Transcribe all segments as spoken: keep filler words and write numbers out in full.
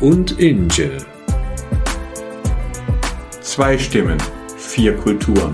und Inge. Zwei Stimmen, vier Kulturen.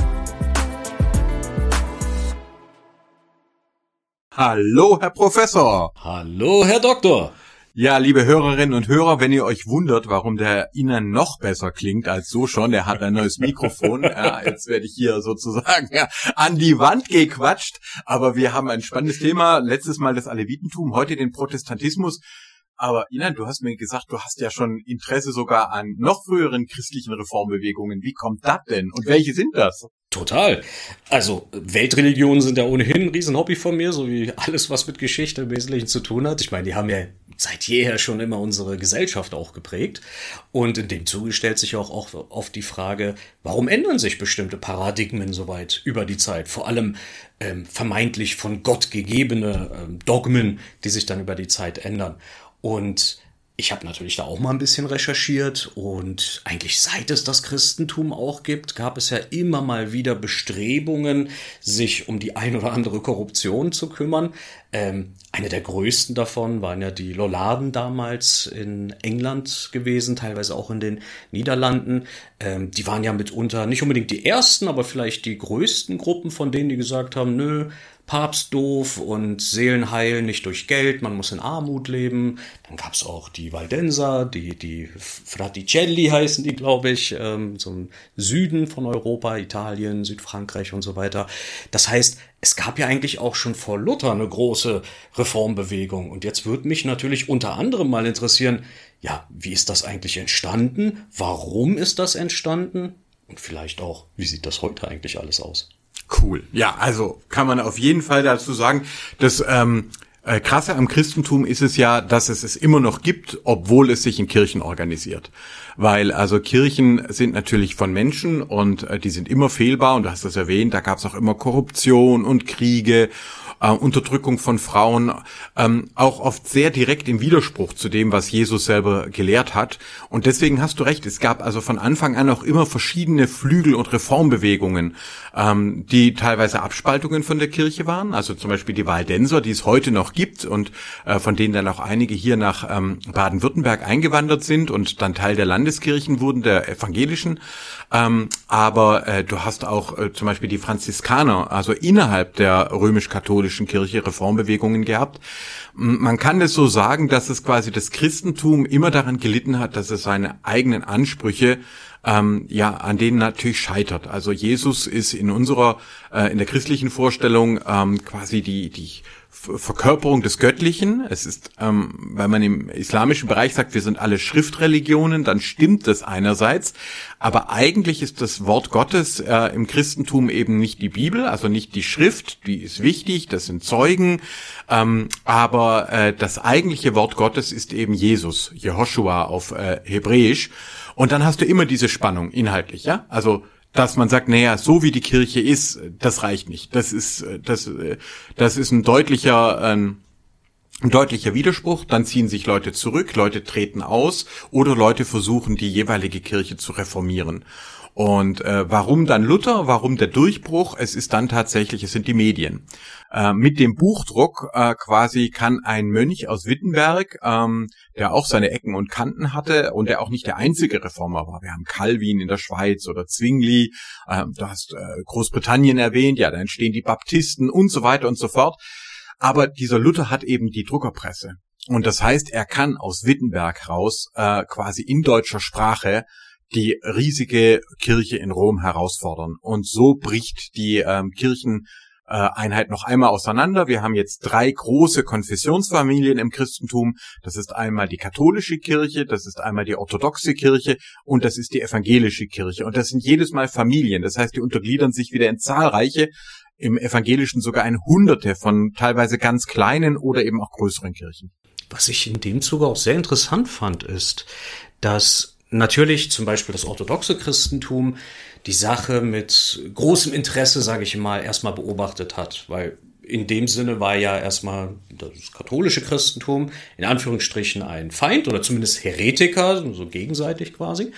Hallo, Herr Professor. Hallo, Herr Doktor. Ja, liebe Hörerinnen und Hörer, wenn ihr euch wundert, warum der Ihnen noch besser klingt als so schon, der hat ein neues Mikrofon. Ja, jetzt werde ich hier sozusagen ja, an die Wand gequatscht. Aber wir haben ein spannendes Thema. Letztes Mal das Alevitentum, heute den Protestantismus. Aber Ina, du hast mir gesagt, du hast ja schon Interesse sogar an noch früheren christlichen Reformbewegungen. Wie kommt das denn? Und welche sind das? Total. Also Weltreligionen sind ja ohnehin ein Riesenhobby von mir, so wie alles, was mit Geschichte im Wesentlichen zu tun hat. Ich meine, die haben ja seit jeher schon immer unsere Gesellschaft auch geprägt. Und in dem Zuge stellt sich auch oft die Frage, warum ändern sich bestimmte Paradigmen so weit über die Zeit? Vor allem ähm, vermeintlich von Gott gegebene ähm, Dogmen, die sich dann über die Zeit ändern. Und ich habe natürlich da auch mal ein bisschen recherchiert und eigentlich seit es das Christentum auch gibt, gab es ja immer mal wieder Bestrebungen, sich um die ein oder andere Korruption zu kümmern. Ähm, eine der größten davon waren ja die Lollarden damals in England gewesen, teilweise auch in den Niederlanden. Ähm, die waren ja mitunter nicht unbedingt die ersten, aber vielleicht die größten Gruppen von denen, die gesagt haben, nö, Papst doof und Seelenheil nicht durch Geld, man muss in Armut leben. Dann gab es auch die Waldenser, die die Fraticelli heißen die, glaube ich, ähm, zum Süden von Europa, Italien, Südfrankreich und so weiter. Das heißt, es gab ja eigentlich auch schon vor Luther eine große Reformbewegung. Und jetzt würde mich natürlich unter anderem mal interessieren, ja, wie ist das eigentlich entstanden? Warum ist das entstanden? Und vielleicht auch, wie sieht das heute eigentlich alles aus? Cool. Ja, also kann man auf jeden Fall dazu sagen, das ähm, äh, Krasse am Christentum ist es ja, dass es es immer noch gibt, obwohl es sich in Kirchen organisiert. Weil also Kirchen sind natürlich von Menschen und äh, die sind immer fehlbar und du hast das erwähnt, da gab es auch immer Korruption und Kriege, äh, Unterdrückung von Frauen, ähm, auch oft sehr direkt im Widerspruch zu dem, was Jesus selber gelehrt hat. Und deswegen hast du recht, es gab also von Anfang an auch immer verschiedene Flügel- und Reformbewegungen, ähm, die teilweise Abspaltungen von der Kirche waren, also zum Beispiel die Waldenser, die es heute noch gibt und äh, von denen dann auch einige hier nach ähm, Baden-Württemberg eingewandert sind und dann Teil der Landeskirchen wurden, der evangelischen. Ähm, aber äh, du hast auch äh, zum Beispiel die Franziskaner, also innerhalb der römisch-katholischen Kirche Reformbewegungen gehabt. Man kann es so sagen, dass es quasi das Christentum immer daran gelitten hat, dass es seine eigenen Ansprüche ähm, ja an denen natürlich scheitert. Also Jesus ist in unserer äh, in der christlichen Vorstellung ähm, quasi die die Verkörperung des Göttlichen. Es ist, ähm, weil man im islamischen Bereich sagt, wir sind alle Schriftreligionen, dann stimmt das einerseits, aber eigentlich ist das Wort Gottes äh, im Christentum eben nicht die Bibel, also nicht die Schrift, die ist wichtig, das sind Zeugen, ähm, aber äh, das eigentliche Wort Gottes ist eben Jesus, Jehoshua auf äh, Hebräisch. Und dann hast du immer diese Spannung inhaltlich, ja, also dass man sagt, naja, so wie die Kirche ist, das reicht nicht. Das ist, das, das ist ein deutlicher, ein, ein deutlicher Widerspruch. Dann ziehen sich Leute zurück, Leute treten aus oder Leute versuchen, die jeweilige Kirche zu reformieren. Und äh, warum dann Luther? Warum der Durchbruch? Es ist dann tatsächlich, es sind die Medien. Äh, mit dem Buchdruck äh, quasi kann ein Mönch aus Wittenberg, ähm, der auch seine Ecken und Kanten hatte und der auch nicht der einzige Reformer war. Wir haben Calvin in der Schweiz oder Zwingli, äh, du hast äh, Großbritannien erwähnt, ja, da entstehen die Baptisten und so weiter und so fort. Aber dieser Luther hat eben die Druckerpresse. Und das heißt, er kann aus Wittenberg raus äh, quasi in deutscher Sprache die riesige Kirche in Rom herausfordern. Und so bricht die ähm, Kircheneinheit noch einmal auseinander. Wir haben jetzt drei große Konfessionsfamilien im Christentum. Das ist einmal die katholische Kirche, das ist einmal die orthodoxe Kirche und das ist die evangelische Kirche. Und das sind jedes Mal Familien. Das heißt, die untergliedern sich wieder in zahlreiche, im Evangelischen sogar in Hunderte von teilweise ganz kleinen oder eben auch größeren Kirchen. Was ich in dem Zuge auch sehr interessant fand, ist, dass natürlich zum Beispiel das orthodoxe Christentum die Sache mit großem Interesse, sage ich mal, erstmal beobachtet hat, weil in dem Sinne war ja erstmal das katholische Christentum in Anführungsstrichen ein Feind oder zumindest Heretiker, so gegenseitig quasi.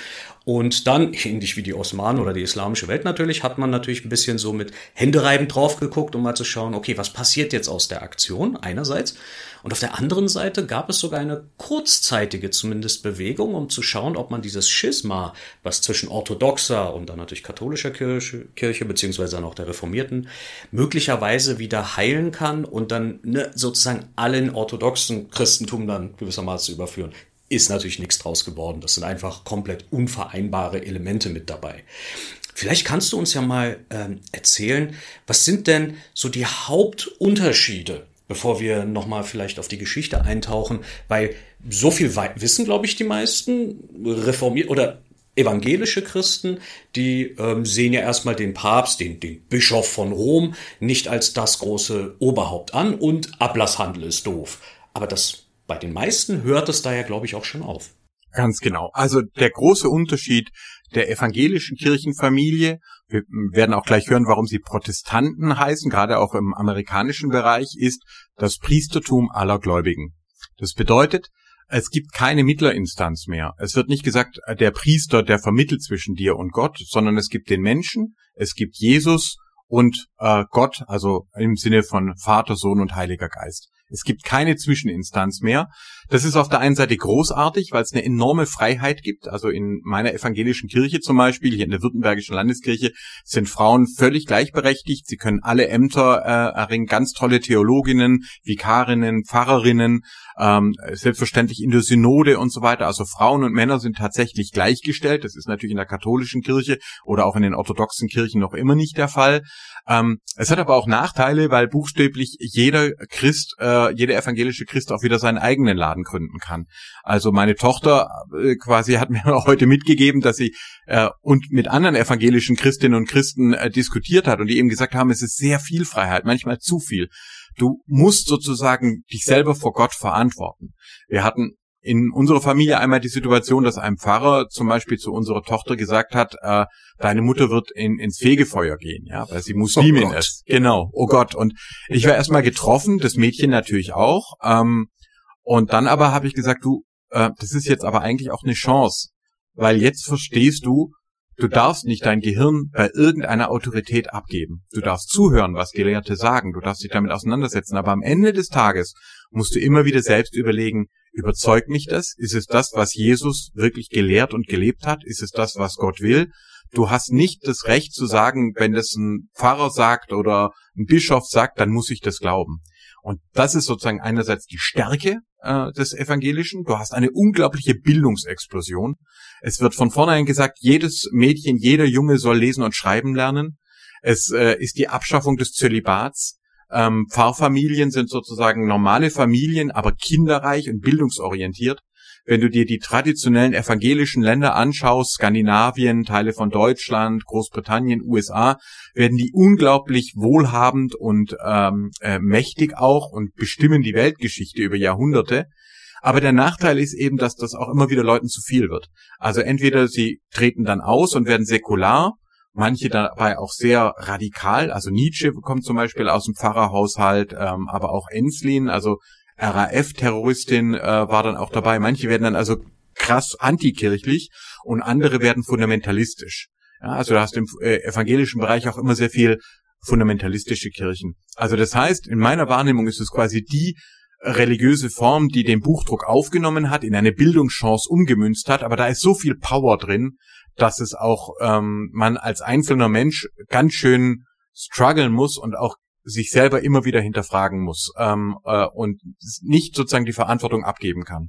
Und dann, ähnlich wie die Osmanen oder die islamische Welt natürlich, hat man natürlich ein bisschen so mit Händereiben drauf geguckt, um mal zu schauen, okay, was passiert jetzt aus der Aktion einerseits. Und auf der anderen Seite gab es sogar eine kurzzeitige zumindest Bewegung, um zu schauen, ob man dieses Schisma, was zwischen orthodoxer und dann natürlich katholischer Kirche, Kirche beziehungsweise dann auch der Reformierten, möglicherweise wieder heilen kann und dann ne, sozusagen allen orthodoxen Christentum dann gewissermaßen zu überführen. Ist natürlich nichts draus geworden. Das sind einfach komplett unvereinbare Elemente mit dabei. Vielleicht kannst du uns ja mal ähm, erzählen, was sind denn so die Hauptunterschiede, bevor wir nochmal vielleicht auf die Geschichte eintauchen, weil so viel wissen, glaube ich, die meisten reformiert oder evangelische Christen, die ähm, sehen ja erstmal den Papst, den, den Bischof von Rom, nicht als das große Oberhaupt an und Ablasshandel ist doof. Aber das bei den meisten hört es da ja, glaube ich, auch schon auf. Ganz genau. Also der große Unterschied der evangelischen Kirchenfamilie, wir werden auch gleich hören, warum sie Protestanten heißen, gerade auch im amerikanischen Bereich, ist das Priestertum aller Gläubigen. Das bedeutet, es gibt keine Mittlerinstanz mehr. Es wird nicht gesagt, der Priester, der vermittelt zwischen dir und Gott, sondern es gibt den Menschen, es gibt Jesus und äh, Gott, also im Sinne von Vater, Sohn und Heiliger Geist. Es gibt keine Zwischeninstanz mehr. Das ist auf der einen Seite großartig, weil es eine enorme Freiheit gibt. Also in meiner evangelischen Kirche zum Beispiel, hier in der Württembergischen Landeskirche, sind Frauen völlig gleichberechtigt. Sie können alle Ämter äh, erringen, ganz tolle Theologinnen, Vikarinnen, Pfarrerinnen, ähm, selbstverständlich in der Synode und so weiter. Also Frauen und Männer sind tatsächlich gleichgestellt. Das ist natürlich in der katholischen Kirche oder auch in den orthodoxen Kirchen noch immer nicht der Fall. Ähm, es hat aber auch Nachteile, weil buchstäblich jeder Christ, äh, jeder evangelische Christ auch wieder seinen eigenen Laden gründen kann. Also meine Tochter äh, quasi hat mir heute mitgegeben, dass sie äh, und mit anderen evangelischen Christinnen und Christen äh, diskutiert hat und die eben gesagt haben, es ist sehr viel Freiheit, manchmal zu viel. Du musst sozusagen dich selber vor Gott verantworten. Wir hatten in unserer Familie einmal die Situation, dass ein Pfarrer zum Beispiel zu unserer Tochter gesagt hat, äh, deine Mutter wird in, ins Fegefeuer gehen, ja, weil sie Muslimin oh ist. Genau, oh Gott. Und ich war erstmal getroffen, das Mädchen natürlich auch. Ähm, und dann aber habe ich gesagt, du, äh, das ist jetzt aber eigentlich auch eine Chance, weil jetzt verstehst du, du darfst nicht dein Gehirn bei irgendeiner Autorität abgeben. Du darfst zuhören, was Gelehrte sagen, du darfst dich damit auseinandersetzen, aber am Ende des Tages musst du immer wieder selbst überlegen, überzeugt mich das? Ist es das, was Jesus wirklich gelehrt und gelebt hat? Ist es das, was Gott will? Du hast nicht das Recht zu sagen, wenn das ein Pfarrer sagt oder ein Bischof sagt, dann muss ich das glauben. Und das ist sozusagen einerseits die Stärke äh, des Evangelischen. Du hast eine unglaubliche Bildungsexplosion. Es wird von vornherein gesagt, jedes Mädchen, jeder Junge soll lesen und schreiben lernen. Es äh, ist die Abschaffung des Zölibats. Ähm, Pfarrfamilien sind sozusagen normale Familien, aber kinderreich und bildungsorientiert. Wenn du dir die traditionellen evangelischen Länder anschaust, Skandinavien, Teile von Deutschland, Großbritannien, U S A, werden die unglaublich wohlhabend und ähm, äh, mächtig auch und bestimmen die Weltgeschichte über Jahrhunderte. Aber der Nachteil ist eben, dass das auch immer wieder Leuten zu viel wird. Also entweder sie treten dann aus und werden säkular, manche dabei auch sehr radikal. Also Nietzsche kommt zum Beispiel aus dem Pfarrerhaushalt, ähm, aber auch Enslin, also R A F-Terroristin äh, war dann auch dabei. Manche werden dann also krass antikirchlich und andere werden fundamentalistisch. Ja, also du hast im äh, evangelischen Bereich auch immer sehr viel fundamentalistische Kirchen. Also das heißt, in meiner Wahrnehmung ist es quasi die religiöse Form, die den Buchdruck aufgenommen hat, in eine Bildungschance umgemünzt hat, aber da ist so viel Power drin, dass es auch ähm, man als einzelner Mensch ganz schön strugglen muss und auch sich selber immer wieder hinterfragen muss ähm, äh, und nicht sozusagen die Verantwortung abgeben kann.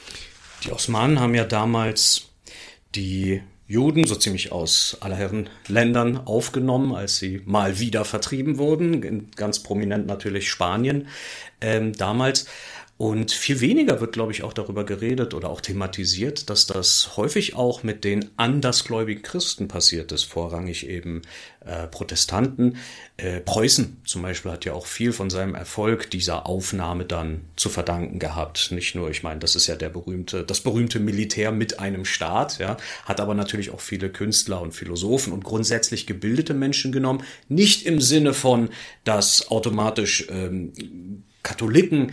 Die Osmanen haben ja damals die Juden so ziemlich aus aller Herren Ländern aufgenommen, als sie mal wieder vertrieben wurden, ganz prominent natürlich Spanien ähm, damals. Und viel weniger wird, glaube ich, auch darüber geredet oder auch thematisiert, dass das häufig auch mit den andersgläubigen Christen passiert ist, vorrangig eben äh, Protestanten. Äh, Preußen zum Beispiel hat ja auch viel von seinem Erfolg dieser Aufnahme dann zu verdanken gehabt. Nicht nur, ich meine, das ist ja der berühmte, das berühmte Militär mit einem Staat, ja, hat aber natürlich auch viele Künstler und Philosophen und grundsätzlich gebildete Menschen genommen. Nicht im Sinne von, dass automatisch ähm, Katholiken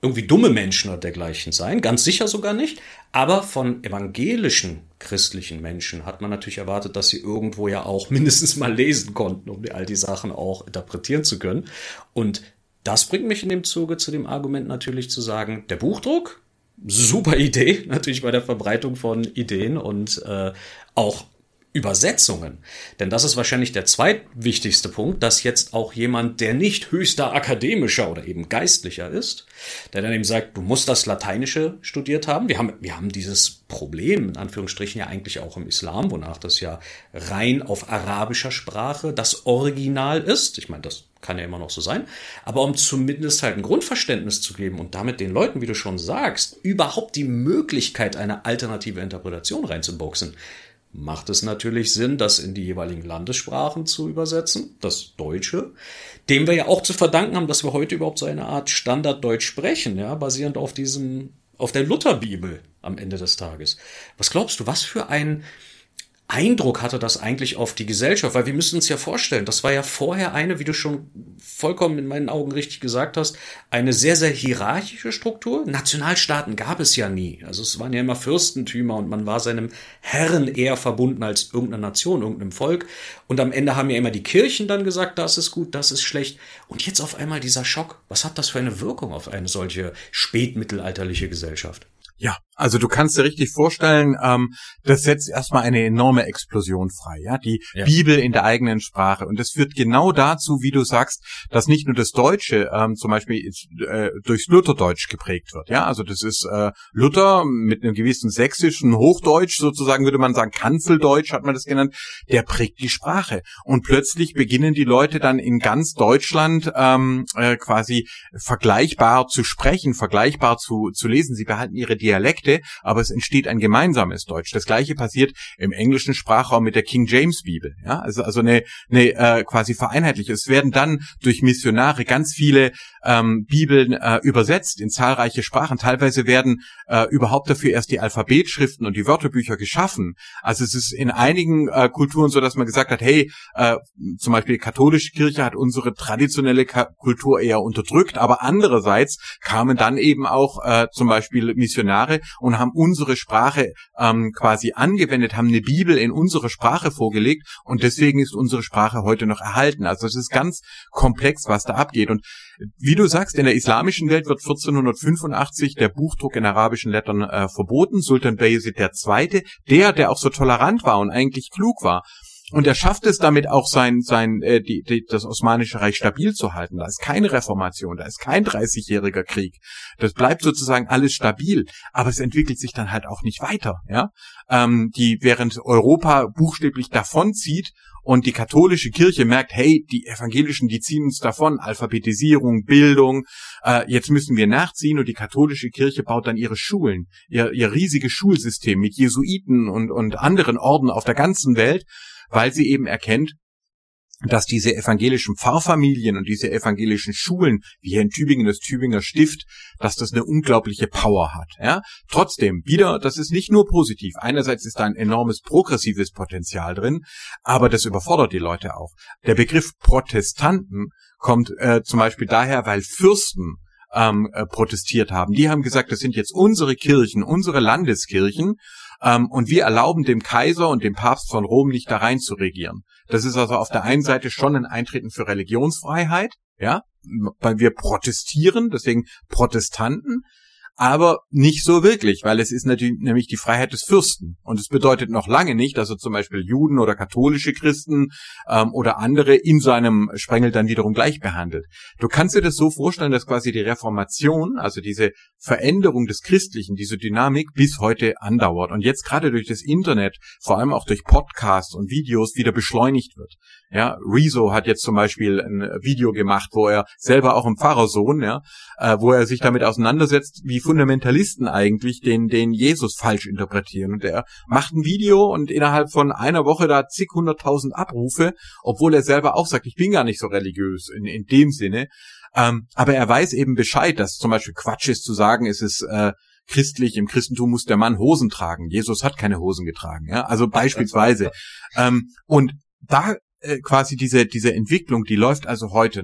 irgendwie dumme Menschen oder dergleichen sein, ganz sicher sogar nicht, aber von evangelischen christlichen Menschen hat man natürlich erwartet, dass sie irgendwo ja auch mindestens mal lesen konnten, um all die Sachen auch interpretieren zu können. Und das bringt mich in dem Zuge zu dem Argument natürlich zu sagen, der Buchdruck, super Idee, natürlich bei der Verbreitung von Ideen und äh, auch Übersetzungen. Denn das ist wahrscheinlich der zweitwichtigste Punkt, dass jetzt auch jemand, der nicht höchster akademischer oder eben geistlicher ist, der dann eben sagt, du musst das Lateinische studiert haben. Wir haben, wir haben dieses Problem, in Anführungsstrichen, ja eigentlich auch im Islam, wonach das ja rein auf arabischer Sprache das Original ist. Ich meine, das kann ja immer noch so sein. Aber um zumindest halt ein Grundverständnis zu geben und damit den Leuten, wie du schon sagst, überhaupt die Möglichkeit, eine alternative Interpretation reinzuboxen, macht es natürlich Sinn, das in die jeweiligen Landessprachen zu übersetzen, das Deutsche, dem wir ja auch zu verdanken haben, dass wir heute überhaupt so eine Art Standarddeutsch sprechen, ja, basierend auf diesem, auf der Lutherbibel am Ende des Tages. Was glaubst du, was für ein Eindruck hatte das eigentlich auf die Gesellschaft? Weil wir müssen uns ja vorstellen, das war ja vorher eine, wie du schon vollkommen in meinen Augen richtig gesagt hast, eine sehr, sehr hierarchische Struktur. Nationalstaaten gab es ja nie. Also es waren ja immer Fürstentümer und man war seinem Herren eher verbunden als irgendeiner Nation, irgendeinem Volk. Und am Ende haben ja immer die Kirchen dann gesagt, das ist gut, das ist schlecht. Und jetzt auf einmal dieser Schock. Was hat das für eine Wirkung auf eine solche spätmittelalterliche Gesellschaft? Ja, also du kannst dir richtig vorstellen, ähm, das setzt erstmal eine enorme Explosion frei, ja, die ja. Bibel in der eigenen Sprache. Und das führt genau dazu, wie du sagst, dass nicht nur das Deutsche ähm, zum Beispiel äh, durchs Lutherdeutsch geprägt wird, ja, also das ist äh, Luther mit einem gewissen sächsischen Hochdeutsch, sozusagen würde man sagen, Kanzeldeutsch hat man das genannt, der prägt die Sprache. Und plötzlich beginnen die Leute dann in ganz Deutschland ähm, äh, quasi vergleichbar zu sprechen, vergleichbar zu, zu lesen. Sie behalten ihre Dialekte, aber es entsteht ein gemeinsames Deutsch. Das Gleiche passiert im englischen Sprachraum mit der King James Bibel. Ja, also also eine, eine äh, quasi vereinheitliche. Es werden dann durch Missionare ganz viele ähm, Bibeln äh, übersetzt in zahlreiche Sprachen. Teilweise werden äh, überhaupt dafür erst die Alphabetschriften und die Wörterbücher geschaffen. Also es ist in einigen äh, Kulturen so, dass man gesagt hat, hey, äh, zum Beispiel die katholische Kirche hat unsere traditionelle Ka- Kultur eher unterdrückt, aber andererseits kamen dann eben auch äh, zum Beispiel Missionare und haben unsere Sprache ähm, quasi angewendet, haben eine Bibel in unsere Sprache vorgelegt und deswegen ist unsere Sprache heute noch erhalten. Also es ist ganz komplex, was da abgeht. Und wie du sagst, in der islamischen Welt wird vierzehnhundertfünfundachtzig der Buchdruck in arabischen Lettern äh, verboten. Sultan Bayezid der Zweite, der, der auch so tolerant war und eigentlich klug war, und er schafft es damit auch sein, sein, äh, die, die, das Osmanische Reich stabil zu halten. Da ist keine Reformation, da ist kein dreißigjähriger Krieg. Das bleibt sozusagen alles stabil, aber es entwickelt sich dann halt auch nicht weiter, ja. Ähm, die, während Europa buchstäblich davonzieht und die katholische Kirche merkt, hey, die Evangelischen, die ziehen uns davon, Alphabetisierung, Bildung, äh, jetzt müssen wir nachziehen und die katholische Kirche baut dann ihre Schulen, ihr, ihr riesiges Schulsystem mit Jesuiten und, und anderen Orden auf der ganzen Welt, weil sie eben erkennt, dass diese evangelischen Pfarrfamilien und diese evangelischen Schulen, wie hier in Tübingen das Tübinger Stift, dass das eine unglaubliche Power hat. Ja? Trotzdem, wieder, das ist nicht nur positiv. Einerseits ist da ein enormes progressives Potenzial drin, aber das überfordert die Leute auch. Der Begriff Protestanten kommt äh, zum Beispiel daher, weil Fürsten ähm, äh, protestiert haben. Die haben gesagt, das sind jetzt unsere Kirchen, unsere Landeskirchen, ähm, und wir erlauben dem Kaiser und dem Papst von Rom nicht da rein zu regieren. Das ist also auf der einen Seite schon ein Eintreten für Religionsfreiheit, ja, weil wir protestieren, deswegen Protestanten, aber nicht so wirklich, weil es ist natürlich nämlich die Freiheit des Fürsten. Und es bedeutet noch lange nicht, dass er zum Beispiel Juden oder katholische Christen ähm, oder andere in seinem Sprengel dann wiederum gleich behandelt. Du kannst dir das so vorstellen, dass quasi die Reformation, also diese Veränderung des Christlichen, diese Dynamik bis heute andauert. Und jetzt gerade durch das Internet, vor allem auch durch Podcasts und Videos, wieder beschleunigt wird. Ja, Rezo hat jetzt zum Beispiel ein Video gemacht, wo er selber auch ein Pfarrersohn, ja, äh, wo er sich damit auseinandersetzt, wie Fundamentalisten eigentlich den, den Jesus falsch interpretieren. Und er macht ein Video und innerhalb von einer Woche da zig hunderttausend Abrufe, obwohl er selber auch sagt, ich bin gar nicht so religiös in, in dem Sinne. Ähm, aber er weiß eben Bescheid, dass zum Beispiel Quatsch ist zu sagen, es ist äh, christlich, im Christentum muss der Mann Hosen tragen. Jesus hat keine Hosen getragen, ja, also beispielsweise. ähm, und da äh, quasi diese diese Entwicklung, die läuft also heute noch.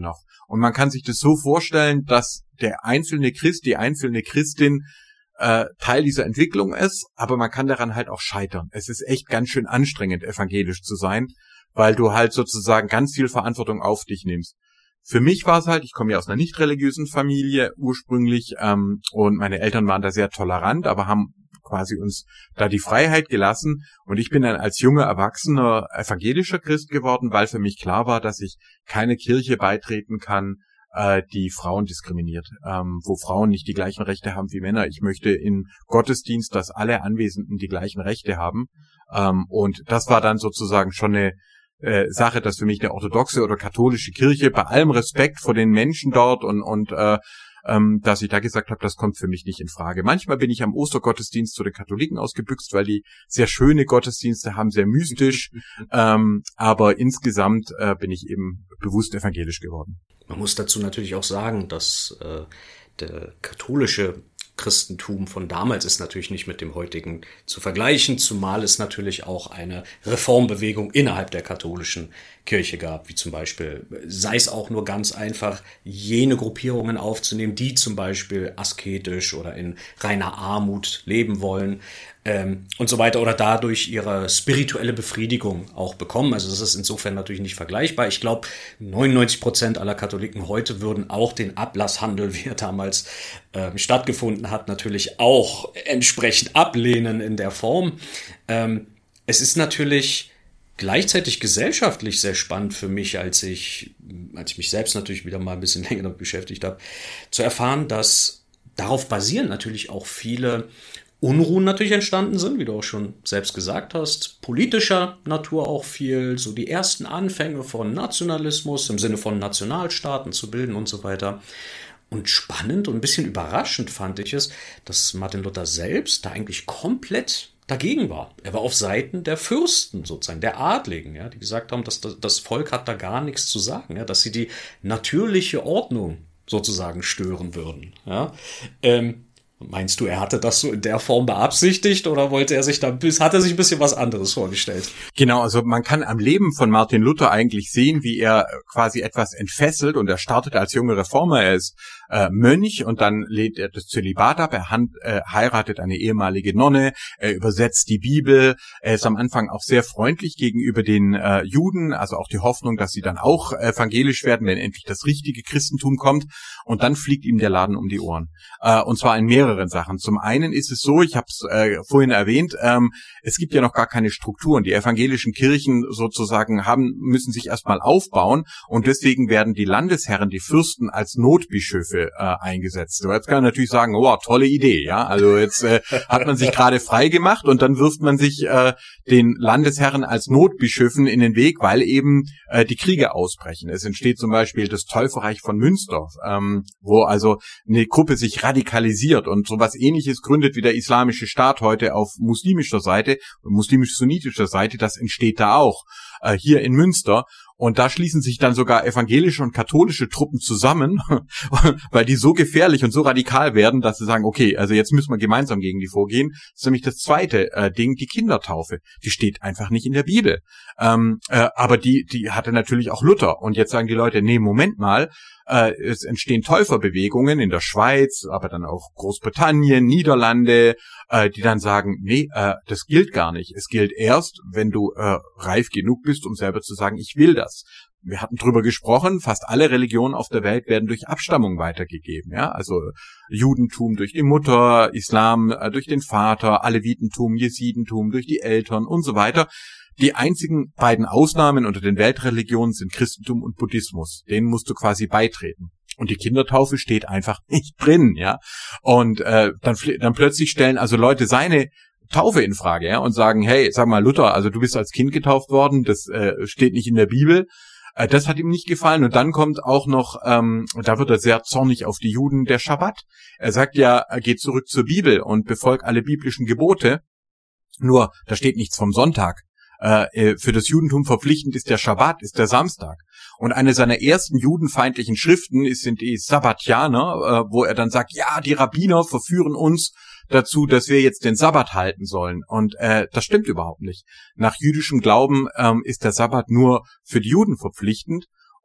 Und man kann sich das so vorstellen, dass der einzelne Christ, die einzelne Christin äh, Teil dieser Entwicklung ist, aber man kann daran halt auch scheitern. Es ist echt ganz schön anstrengend, evangelisch zu sein, weil du halt sozusagen ganz viel Verantwortung auf dich nimmst. Für mich war es halt, ich komme ja aus einer nicht religiösen Familie ursprünglich ähm, und meine Eltern waren da sehr tolerant, aber haben quasi uns da die Freiheit gelassen und ich bin dann als junger, erwachsener evangelischer Christ geworden, weil für mich klar war, dass ich keine Kirche beitreten kann, äh, die Frauen diskriminiert, ähm, wo Frauen nicht die gleichen Rechte haben wie Männer. Ich möchte im Gottesdienst, dass alle Anwesenden die gleichen Rechte haben ähm, und das war dann sozusagen schon eine äh, Sache, dass für mich eine orthodoxe oder katholische Kirche bei allem Respekt vor den Menschen dort und und äh, ähm, dass ich da gesagt habe, das kommt für mich nicht in Frage. Manchmal bin ich am Ostergottesdienst zu den Katholiken ausgebüxt, weil die sehr schöne Gottesdienste haben, sehr mystisch, ähm, aber insgesamt äh, bin ich eben bewusst evangelisch geworden. Man muss dazu natürlich auch sagen, dass äh, der katholische Christentum von damals ist natürlich nicht mit dem heutigen zu vergleichen, zumal es natürlich auch eine Reformbewegung innerhalb der katholischen Kirche gab, wie zum Beispiel, sei es auch nur ganz einfach, jene Gruppierungen aufzunehmen, die zum Beispiel asketisch oder in reiner Armut leben wollen ähm, und so weiter oder dadurch ihre spirituelle Befriedigung auch bekommen. Also das ist insofern natürlich nicht vergleichbar. Ich glaube, neunundneunzig Prozent aller Katholiken heute würden auch den Ablasshandel, wie er damals ähm, stattgefunden hat, natürlich auch entsprechend ablehnen in der Form. Ähm, es ist natürlich gleichzeitig gesellschaftlich sehr spannend für mich, als ich, als ich mich selbst natürlich wieder mal ein bisschen länger damit beschäftigt habe, zu erfahren, dass darauf basierend natürlich auch viele Unruhen natürlich entstanden sind, wie du auch schon selbst gesagt hast, politischer Natur auch viel, so die ersten Anfänge von Nationalismus im Sinne von Nationalstaaten zu bilden und so weiter. Und spannend und ein bisschen überraschend fand ich es, dass Martin Luther selbst da eigentlich komplett dagegen war. Er war auf Seiten der Fürsten sozusagen, der Adligen, ja, die gesagt haben, dass das Volk hat da gar nichts zu sagen, ja, dass sie die natürliche Ordnung sozusagen stören würden. Ja. Ähm, Meinst du, er hatte das so in der Form beabsichtigt oder wollte er sich da, hat er sich ein bisschen was anderes vorgestellt? Genau, also man kann am Leben von Martin Luther eigentlich sehen, wie er quasi etwas entfesselt und er startet als junger Reformer, er ist äh, Mönch und dann lehnt er das Zölibat ab, er hand, äh, heiratet eine ehemalige Nonne, er übersetzt die Bibel, er ist am Anfang auch sehr freundlich gegenüber den äh, Juden, also auch die Hoffnung, dass sie dann auch evangelisch werden, wenn endlich das richtige Christentum kommt und dann fliegt ihm der Laden um die Ohren. Äh, und zwar in mehreren Sachen. Zum einen ist es so, ich habe es äh, vorhin erwähnt, ähm, es gibt ja noch gar keine Strukturen. Die evangelischen Kirchen sozusagen haben müssen sich erstmal aufbauen und deswegen werden die Landesherren, die Fürsten als Notbischöfe äh, eingesetzt. So, jetzt kann man natürlich sagen, oh, tolle Idee, ja. Also jetzt äh, hat man sich gerade frei gemacht und dann wirft man sich äh, den Landesherren als Notbischöfen in den Weg, weil eben äh, die Kriege ausbrechen. Es entsteht zum Beispiel das Täuferreich von Münster, ähm, wo also eine Gruppe sich radikalisiert und sowas Ähnliches gründet wie der Islamische Staat heute auf muslimischer Seite, muslimisch-sunnitischer Seite, das entsteht da auch, äh, hier in Münster. Und da schließen sich dann sogar evangelische und katholische Truppen zusammen, weil die so gefährlich und so radikal werden, dass sie sagen, okay, also jetzt müssen wir gemeinsam gegen die vorgehen. Das ist nämlich das zweite äh, Ding, die Kindertaufe. Die steht einfach nicht in der Bibel. Ähm, äh, aber die, die hatte natürlich auch Luther. Und jetzt sagen die Leute, nee, Moment mal, äh, es entstehen Täuferbewegungen in der Schweiz, aber dann auch Großbritannien, Niederlande, äh, die dann sagen, nee, äh, das gilt gar nicht. Es gilt erst, wenn du äh, reif genug bist, um selber zu sagen, ich will das. Wir hatten drüber gesprochen, fast alle Religionen auf der Welt werden durch Abstammung weitergegeben, ja, also Judentum durch die Mutter, Islam äh, durch den Vater, Alevitentum, Jesidentum durch die Eltern und so weiter. Die einzigen beiden Ausnahmen unter den Weltreligionen sind Christentum und Buddhismus. Denen musst du quasi beitreten. Und die Kindertaufe steht einfach nicht drin, ja. Und äh, dann, dann plötzlich stellen also Leute seine Taufe in Frage, ja, und sagen, hey, sag mal, Luther, also du bist als Kind getauft worden, das äh, steht nicht in der Bibel. Äh, das hat ihm nicht gefallen. Und dann kommt auch noch, ähm, da wird er sehr zornig auf die Juden, der Schabbat. Er sagt ja, er geht zurück zur Bibel und befolgt alle biblischen Gebote. Nur, da steht nichts vom Sonntag. Äh, für das Judentum verpflichtend ist der Schabbat, ist der Samstag. Und eine seiner ersten judenfeindlichen Schriften ist, sind die Sabbatianer, äh, wo er dann sagt, ja, die Rabbiner verführen uns dazu, dass wir jetzt den Sabbat halten sollen. Und äh, das stimmt überhaupt nicht. Nach jüdischem Glauben ähm, ist der Sabbat nur für die Juden verpflichtend.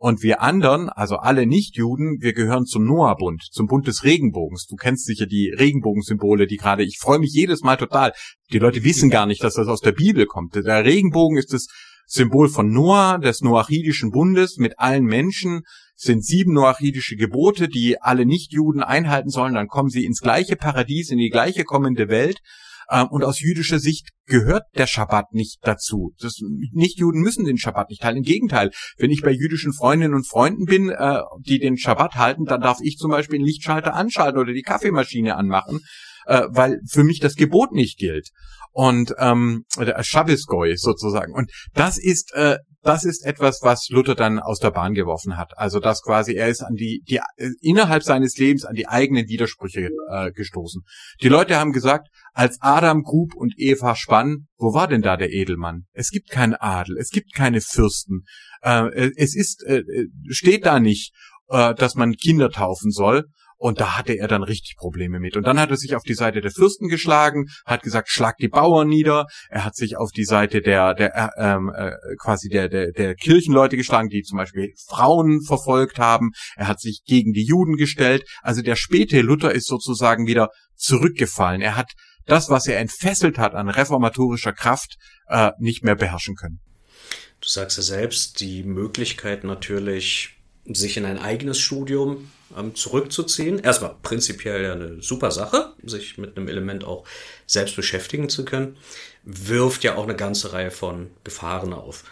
Und wir anderen, also alle Nichtjuden, wir gehören zum Noah-Bund, zum Bund des Regenbogens. Du kennst sicher die Regenbogensymbole, die gerade, ich freue mich jedes Mal total. Die Leute wissen gar nicht, dass das aus der Bibel kommt. Der Regenbogen ist das Symbol von Noah, des noachidischen Bundes mit allen Menschen. Es sind sieben noachidische Gebote, die alle Nichtjuden einhalten sollen. Dann kommen sie ins gleiche Paradies, in die gleiche kommende Welt. Und aus jüdischer Sicht gehört der Schabbat nicht dazu. Das, Nichtjuden müssen den Schabbat nicht halten. Im Gegenteil, wenn ich bei jüdischen Freundinnen und Freunden bin, äh, die den Schabbat halten, dann darf ich zum Beispiel den Lichtschalter anschalten oder die Kaffeemaschine anmachen, äh, weil für mich das Gebot nicht gilt. Und ähm, der Schabbesgoy sozusagen. Und das ist äh, das ist etwas, was Luther dann aus der Bahn geworfen hat. Also das quasi, er ist an die, die innerhalb seines Lebens an die eigenen Widersprüche äh, gestoßen. Die Leute haben gesagt, als Adam grub und Eva spann, wo war denn da der Edelmann? Es gibt keinen Adel, es gibt keine Fürsten. Äh, es ist äh, steht da nicht, äh, dass man Kinder taufen soll. Und da hatte er dann richtig Probleme mit. Und dann hat er sich auf die Seite der Fürsten geschlagen, hat gesagt, schlag die Bauern nieder. Er hat sich auf die Seite der, der ähm, äh, quasi der, der, der Kirchenleute geschlagen, die zum Beispiel Frauen verfolgt haben. Er hat sich gegen die Juden gestellt. Also der späte Luther ist sozusagen wieder zurückgefallen. Er hat das, was er entfesselt hat an reformatorischer Kraft, äh, nicht mehr beherrschen können. Du sagst ja selbst, die Möglichkeit natürlich, sich in ein eigenes Studium ähm, zurückzuziehen. Erstmal prinzipiell ja eine super Sache, sich mit einem Element auch selbst beschäftigen zu können, wirft ja auch eine ganze Reihe von Gefahren auf.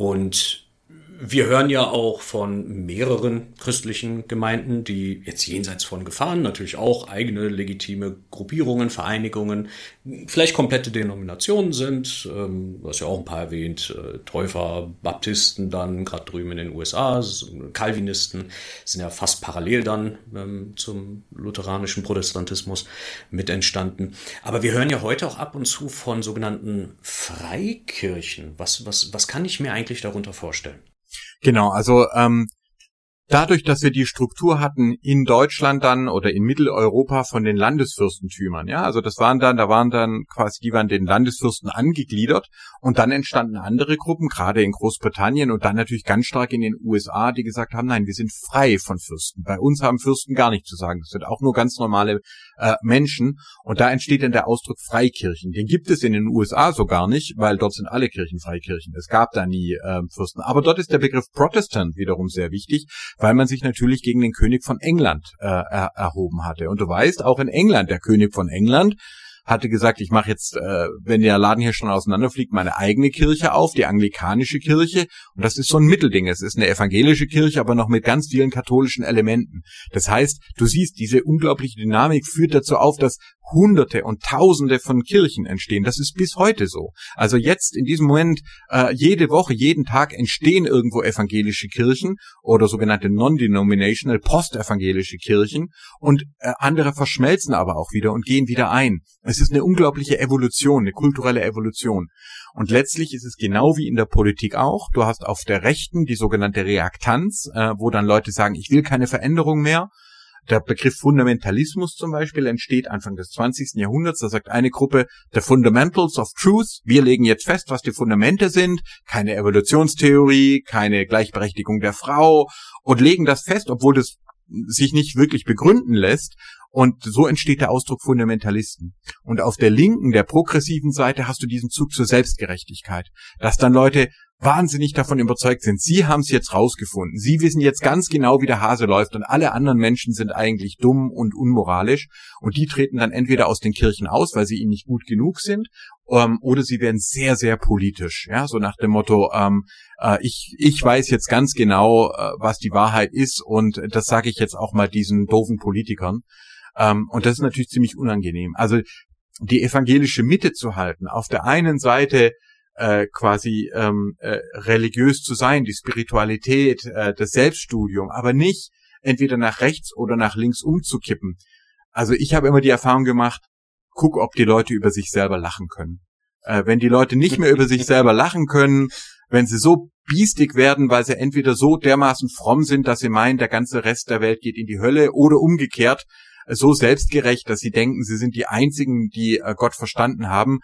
Und wir hören ja auch von mehreren christlichen Gemeinden, die jetzt jenseits von Gefahren natürlich auch eigene legitime Gruppierungen, Vereinigungen, vielleicht komplette Denominationen sind. Ähm, du hast ja auch ein paar erwähnt, äh, Täufer, Baptisten dann, gerade drüben in den U S A, Calvinisten sind ja fast parallel dann ähm, zum lutheranischen Protestantismus mit entstanden. Aber wir hören ja heute auch ab und zu von sogenannten Freikirchen. Was, was, was kann ich mir eigentlich darunter vorstellen? Genau, also ähm, dadurch, dass wir die Struktur hatten in Deutschland dann oder in Mitteleuropa von den Landesfürstentümern, ja, also das waren dann, da waren dann quasi, die waren den Landesfürsten angegliedert und dann entstanden andere Gruppen, gerade in Großbritannien und dann natürlich ganz stark in den U S A, die gesagt haben, nein, wir sind frei von Fürsten. Bei uns haben Fürsten gar nichts zu sagen, das sind auch nur ganz normale äh, Menschen und da entsteht dann der Ausdruck Freikirchen. Den gibt es in den U S A so gar nicht, weil dort sind alle Kirchen Freikirchen. Es gab da nie äh, Fürsten. Aber dort ist der Begriff Protestant wiederum sehr wichtig, weil man sich natürlich gegen den König von England äh, er, erhoben hatte. Und du weißt, auch in England, der König von England hatte gesagt, ich mache jetzt, äh, wenn der Laden hier schon auseinanderfliegt, meine eigene Kirche auf, die anglikanische Kirche. Und das ist so ein Mittelding. Es ist eine evangelische Kirche, aber noch mit ganz vielen katholischen Elementen. Das heißt, du siehst, diese unglaubliche Dynamik führt dazu auf, dass Hunderte und Tausende von Kirchen entstehen. Das ist bis heute so. Also jetzt in diesem Moment, äh, jede Woche, jeden Tag entstehen irgendwo evangelische Kirchen oder sogenannte non-denominational, postevangelische Kirchen und äh, andere verschmelzen aber auch wieder und gehen wieder ein. Es ist eine unglaubliche Evolution, eine kulturelle Evolution. Und letztlich ist es genau wie in der Politik auch. Du hast auf der Rechten die sogenannte Reaktanz, äh, wo dann Leute sagen, ich will keine Veränderung mehr. Der Begriff Fundamentalismus zum Beispiel entsteht Anfang des zwanzigsten Jahrhunderts. Da sagt eine Gruppe, the Fundamentals of Truth. Wir legen jetzt fest, was die Fundamente sind. Keine Evolutionstheorie, keine Gleichberechtigung der Frau und legen das fest, obwohl das sich nicht wirklich begründen lässt. Und so entsteht der Ausdruck Fundamentalisten. Und auf der linken, der progressiven Seite hast du diesen Zug zur Selbstgerechtigkeit, dass dann Leute wahnsinnig davon überzeugt sind, sie haben es jetzt rausgefunden, sie wissen jetzt ganz genau, wie der Hase läuft und alle anderen Menschen sind eigentlich dumm und unmoralisch und die treten dann entweder aus den Kirchen aus, weil sie ihnen nicht gut genug sind, ähm, oder sie werden sehr, sehr politisch, ja, so nach dem Motto, ähm, äh, ich ich weiß jetzt ganz genau, äh, was die Wahrheit ist und das sage ich jetzt auch mal diesen doofen Politikern. Ähm, und das ist natürlich ziemlich unangenehm. Also die evangelische Mitte zu halten, auf der einen Seite äh, quasi ähm, äh, religiös zu sein, die Spiritualität, äh, das Selbststudium, aber nicht entweder nach rechts oder nach links umzukippen. Also ich habe immer die Erfahrung gemacht, guck, ob die Leute über sich selber lachen können. Äh, wenn die Leute nicht mehr über sich selber lachen können, wenn sie so biestig werden, weil sie entweder so dermaßen fromm sind, dass sie meinen, der ganze Rest der Welt geht in die Hölle, oder umgekehrt, so selbstgerecht, dass sie denken, sie sind die Einzigen, die äh, Gott verstanden haben,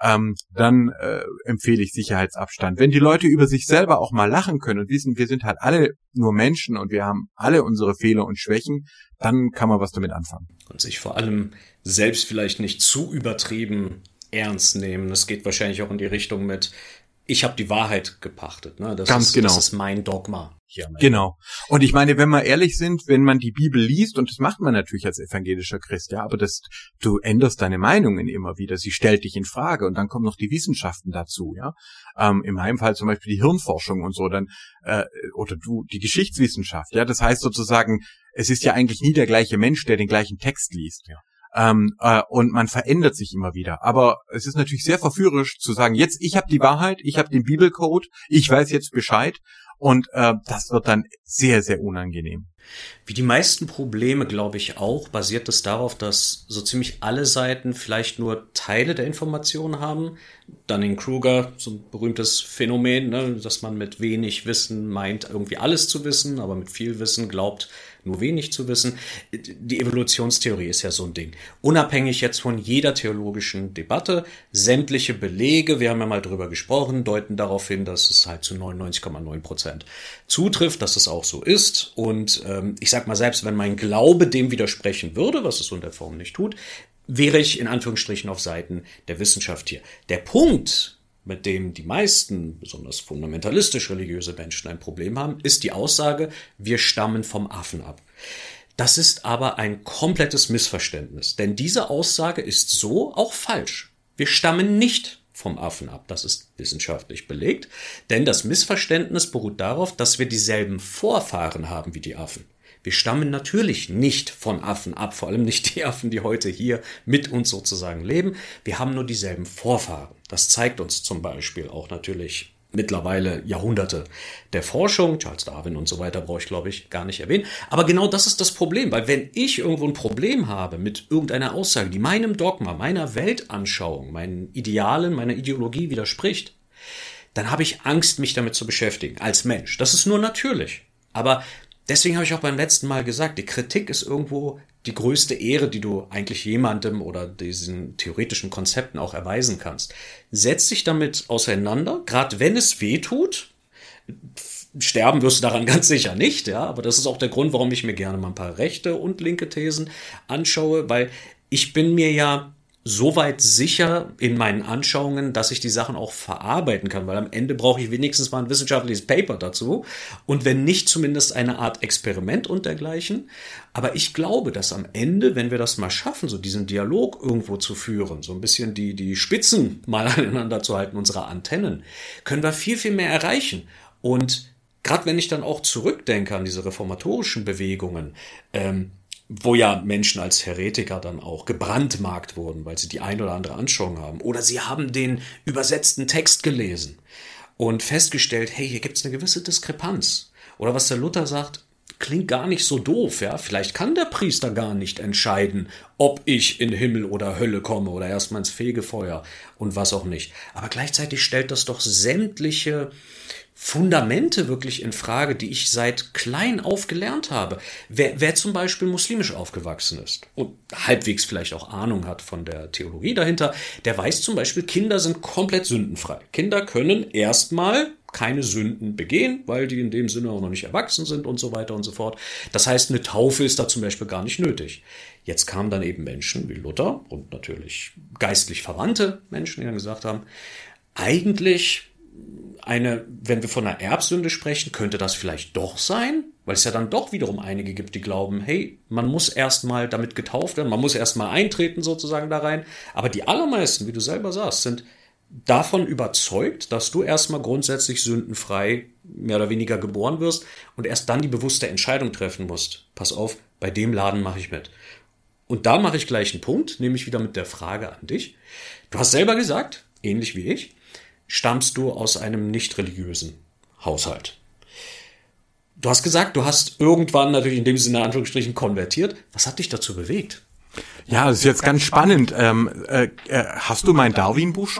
ähm, dann äh, empfehle ich Sicherheitsabstand. Wenn die Leute über sich selber auch mal lachen können und wissen, wir sind halt alle nur Menschen und wir haben alle unsere Fehler und Schwächen, dann kann man was damit anfangen. Und sich vor allem selbst vielleicht nicht zu übertrieben ernst nehmen. Das geht wahrscheinlich auch in die Richtung mit, ich habe die Wahrheit gepachtet. Ne? Das Ganz ist, genau. Das ist mein Dogma. Hier genau. Und ich meine, wenn wir ehrlich sind, wenn man die Bibel liest, und das macht man natürlich als evangelischer Christ, ja, aber das, du änderst deine Meinungen immer wieder, sie stellt dich in Frage und dann kommen noch die Wissenschaften dazu, ja. Ähm, in meinem Fall zum Beispiel die Hirnforschung und so, dann äh, oder du die Geschichtswissenschaft, ja. Das heißt sozusagen, es ist ja eigentlich nie der gleiche Mensch, der den gleichen Text liest, ja. Ähm, äh, und man verändert sich immer wieder. Aber es ist natürlich sehr verführerisch zu sagen, jetzt, ich habe die Wahrheit, ich habe den Bibelcode, ich weiß jetzt Bescheid. Und äh, das wird dann sehr, sehr unangenehm. Wie die meisten Probleme, glaube ich auch, basiert es darauf, dass so ziemlich alle Seiten vielleicht nur Teile der Informationen haben. Dunning-Kruger, so ein berühmtes Phänomen, ne, dass man mit wenig Wissen meint, irgendwie alles zu wissen, aber mit viel Wissen glaubt, nur wenig zu wissen. Die Evolutionstheorie ist ja so ein Ding. Unabhängig jetzt von jeder theologischen Debatte, sämtliche Belege, wir haben ja mal drüber gesprochen, deuten darauf hin, dass es halt zu neunundneunzig Komma neun Prozent zutrifft, dass es auch so ist. Und ähm, ich sag mal, selbst wenn mein Glaube dem widersprechen würde, was es so in der Form nicht tut, wäre ich in Anführungsstrichen auf Seiten der Wissenschaft hier. Der Punkt, mit dem die meisten, besonders fundamentalistisch-religiöse Menschen ein Problem haben, ist die Aussage, wir stammen vom Affen ab. Das ist aber ein komplettes Missverständnis, denn diese Aussage ist so auch falsch. Wir stammen nicht vom Affen ab, das ist wissenschaftlich belegt, denn das Missverständnis beruht darauf, dass wir dieselben Vorfahren haben wie die Affen. Wir stammen natürlich nicht von Affen ab, vor allem nicht die Affen, die heute hier mit uns sozusagen leben. Wir haben nur dieselben Vorfahren. Das zeigt uns zum Beispiel auch natürlich mittlerweile Jahrhunderte der Forschung. Charles Darwin und so weiter brauche ich, glaube ich, gar nicht erwähnen. Aber genau das ist das Problem, weil wenn ich irgendwo ein Problem habe mit irgendeiner Aussage, die meinem Dogma, meiner Weltanschauung, meinen Idealen, meiner Ideologie widerspricht, dann habe ich Angst, mich damit zu beschäftigen, als Mensch. Das ist nur natürlich. Aber deswegen habe ich auch beim letzten Mal gesagt, die Kritik ist irgendwo die größte Ehre, die du eigentlich jemandem oder diesen theoretischen Konzepten auch erweisen kannst. Setz dich damit auseinander, gerade wenn es weh tut. Sterben wirst du daran ganz sicher nicht, ja, aber das ist auch der Grund, warum ich mir gerne mal ein paar rechte und linke Thesen anschaue, weil ich bin mir ja soweit sicher in meinen Anschauungen, dass ich die Sachen auch verarbeiten kann, weil am Ende brauche ich wenigstens mal ein wissenschaftliches Paper dazu und wenn nicht, zumindest eine Art Experiment und dergleichen. Aber ich glaube, dass am Ende, wenn wir das mal schaffen, so diesen Dialog irgendwo zu führen, so ein bisschen die, die Spitzen mal aneinander zu halten, unsere Antennen, können wir viel, viel mehr erreichen. Und gerade wenn ich dann auch zurückdenke an diese reformatorischen Bewegungen, ähm, wo ja Menschen als Heretiker dann auch gebrandmarkt wurden, weil sie die ein oder andere Anschauung haben. Oder sie haben den übersetzten Text gelesen und festgestellt, hey, hier gibt es eine gewisse Diskrepanz. Oder was der Luther sagt, klingt gar nicht so doof, ja. Vielleicht kann der Priester gar nicht entscheiden, ob ich in Himmel oder Hölle komme oder erstmal ins Fegefeuer und was auch nicht. Aber gleichzeitig stellt das doch sämtliche Fundamente wirklich in Frage, die ich seit klein auf gelernt habe. Wer, wer zum Beispiel muslimisch aufgewachsen ist und halbwegs vielleicht auch Ahnung hat von der Theologie dahinter, der weiß zum Beispiel, Kinder sind komplett sündenfrei. Kinder können erstmal keine Sünden begehen, weil die in dem Sinne auch noch nicht erwachsen sind und so weiter und so fort. Das heißt, eine Taufe ist da zum Beispiel gar nicht nötig. Jetzt kamen dann eben Menschen wie Luther und natürlich geistlich verwandte Menschen, die dann gesagt haben, eigentlich eine, wenn wir von einer Erbsünde sprechen, könnte das vielleicht doch sein, weil es ja dann doch wiederum einige gibt, die glauben, hey, man muss erstmal damit getauft werden, man muss erstmal eintreten sozusagen da rein. Aber die allermeisten, wie du selber sagst, sind davon überzeugt, dass du erstmal grundsätzlich sündenfrei mehr oder weniger geboren wirst und erst dann die bewusste Entscheidung treffen musst. Pass auf, bei dem Laden mache ich mit. Und da mache ich gleich einen Punkt, nämlich wieder mit der Frage an dich. Du hast selber gesagt, ähnlich wie ich, stammst du aus einem nicht religiösen Haushalt. Du hast gesagt, du hast irgendwann natürlich in dem Sinne in Anführungsstrichen konvertiert. Was hat dich dazu bewegt? Ja, das ist jetzt ganz spannend. Ähm, äh, hast du mein Darwin-Buch schon?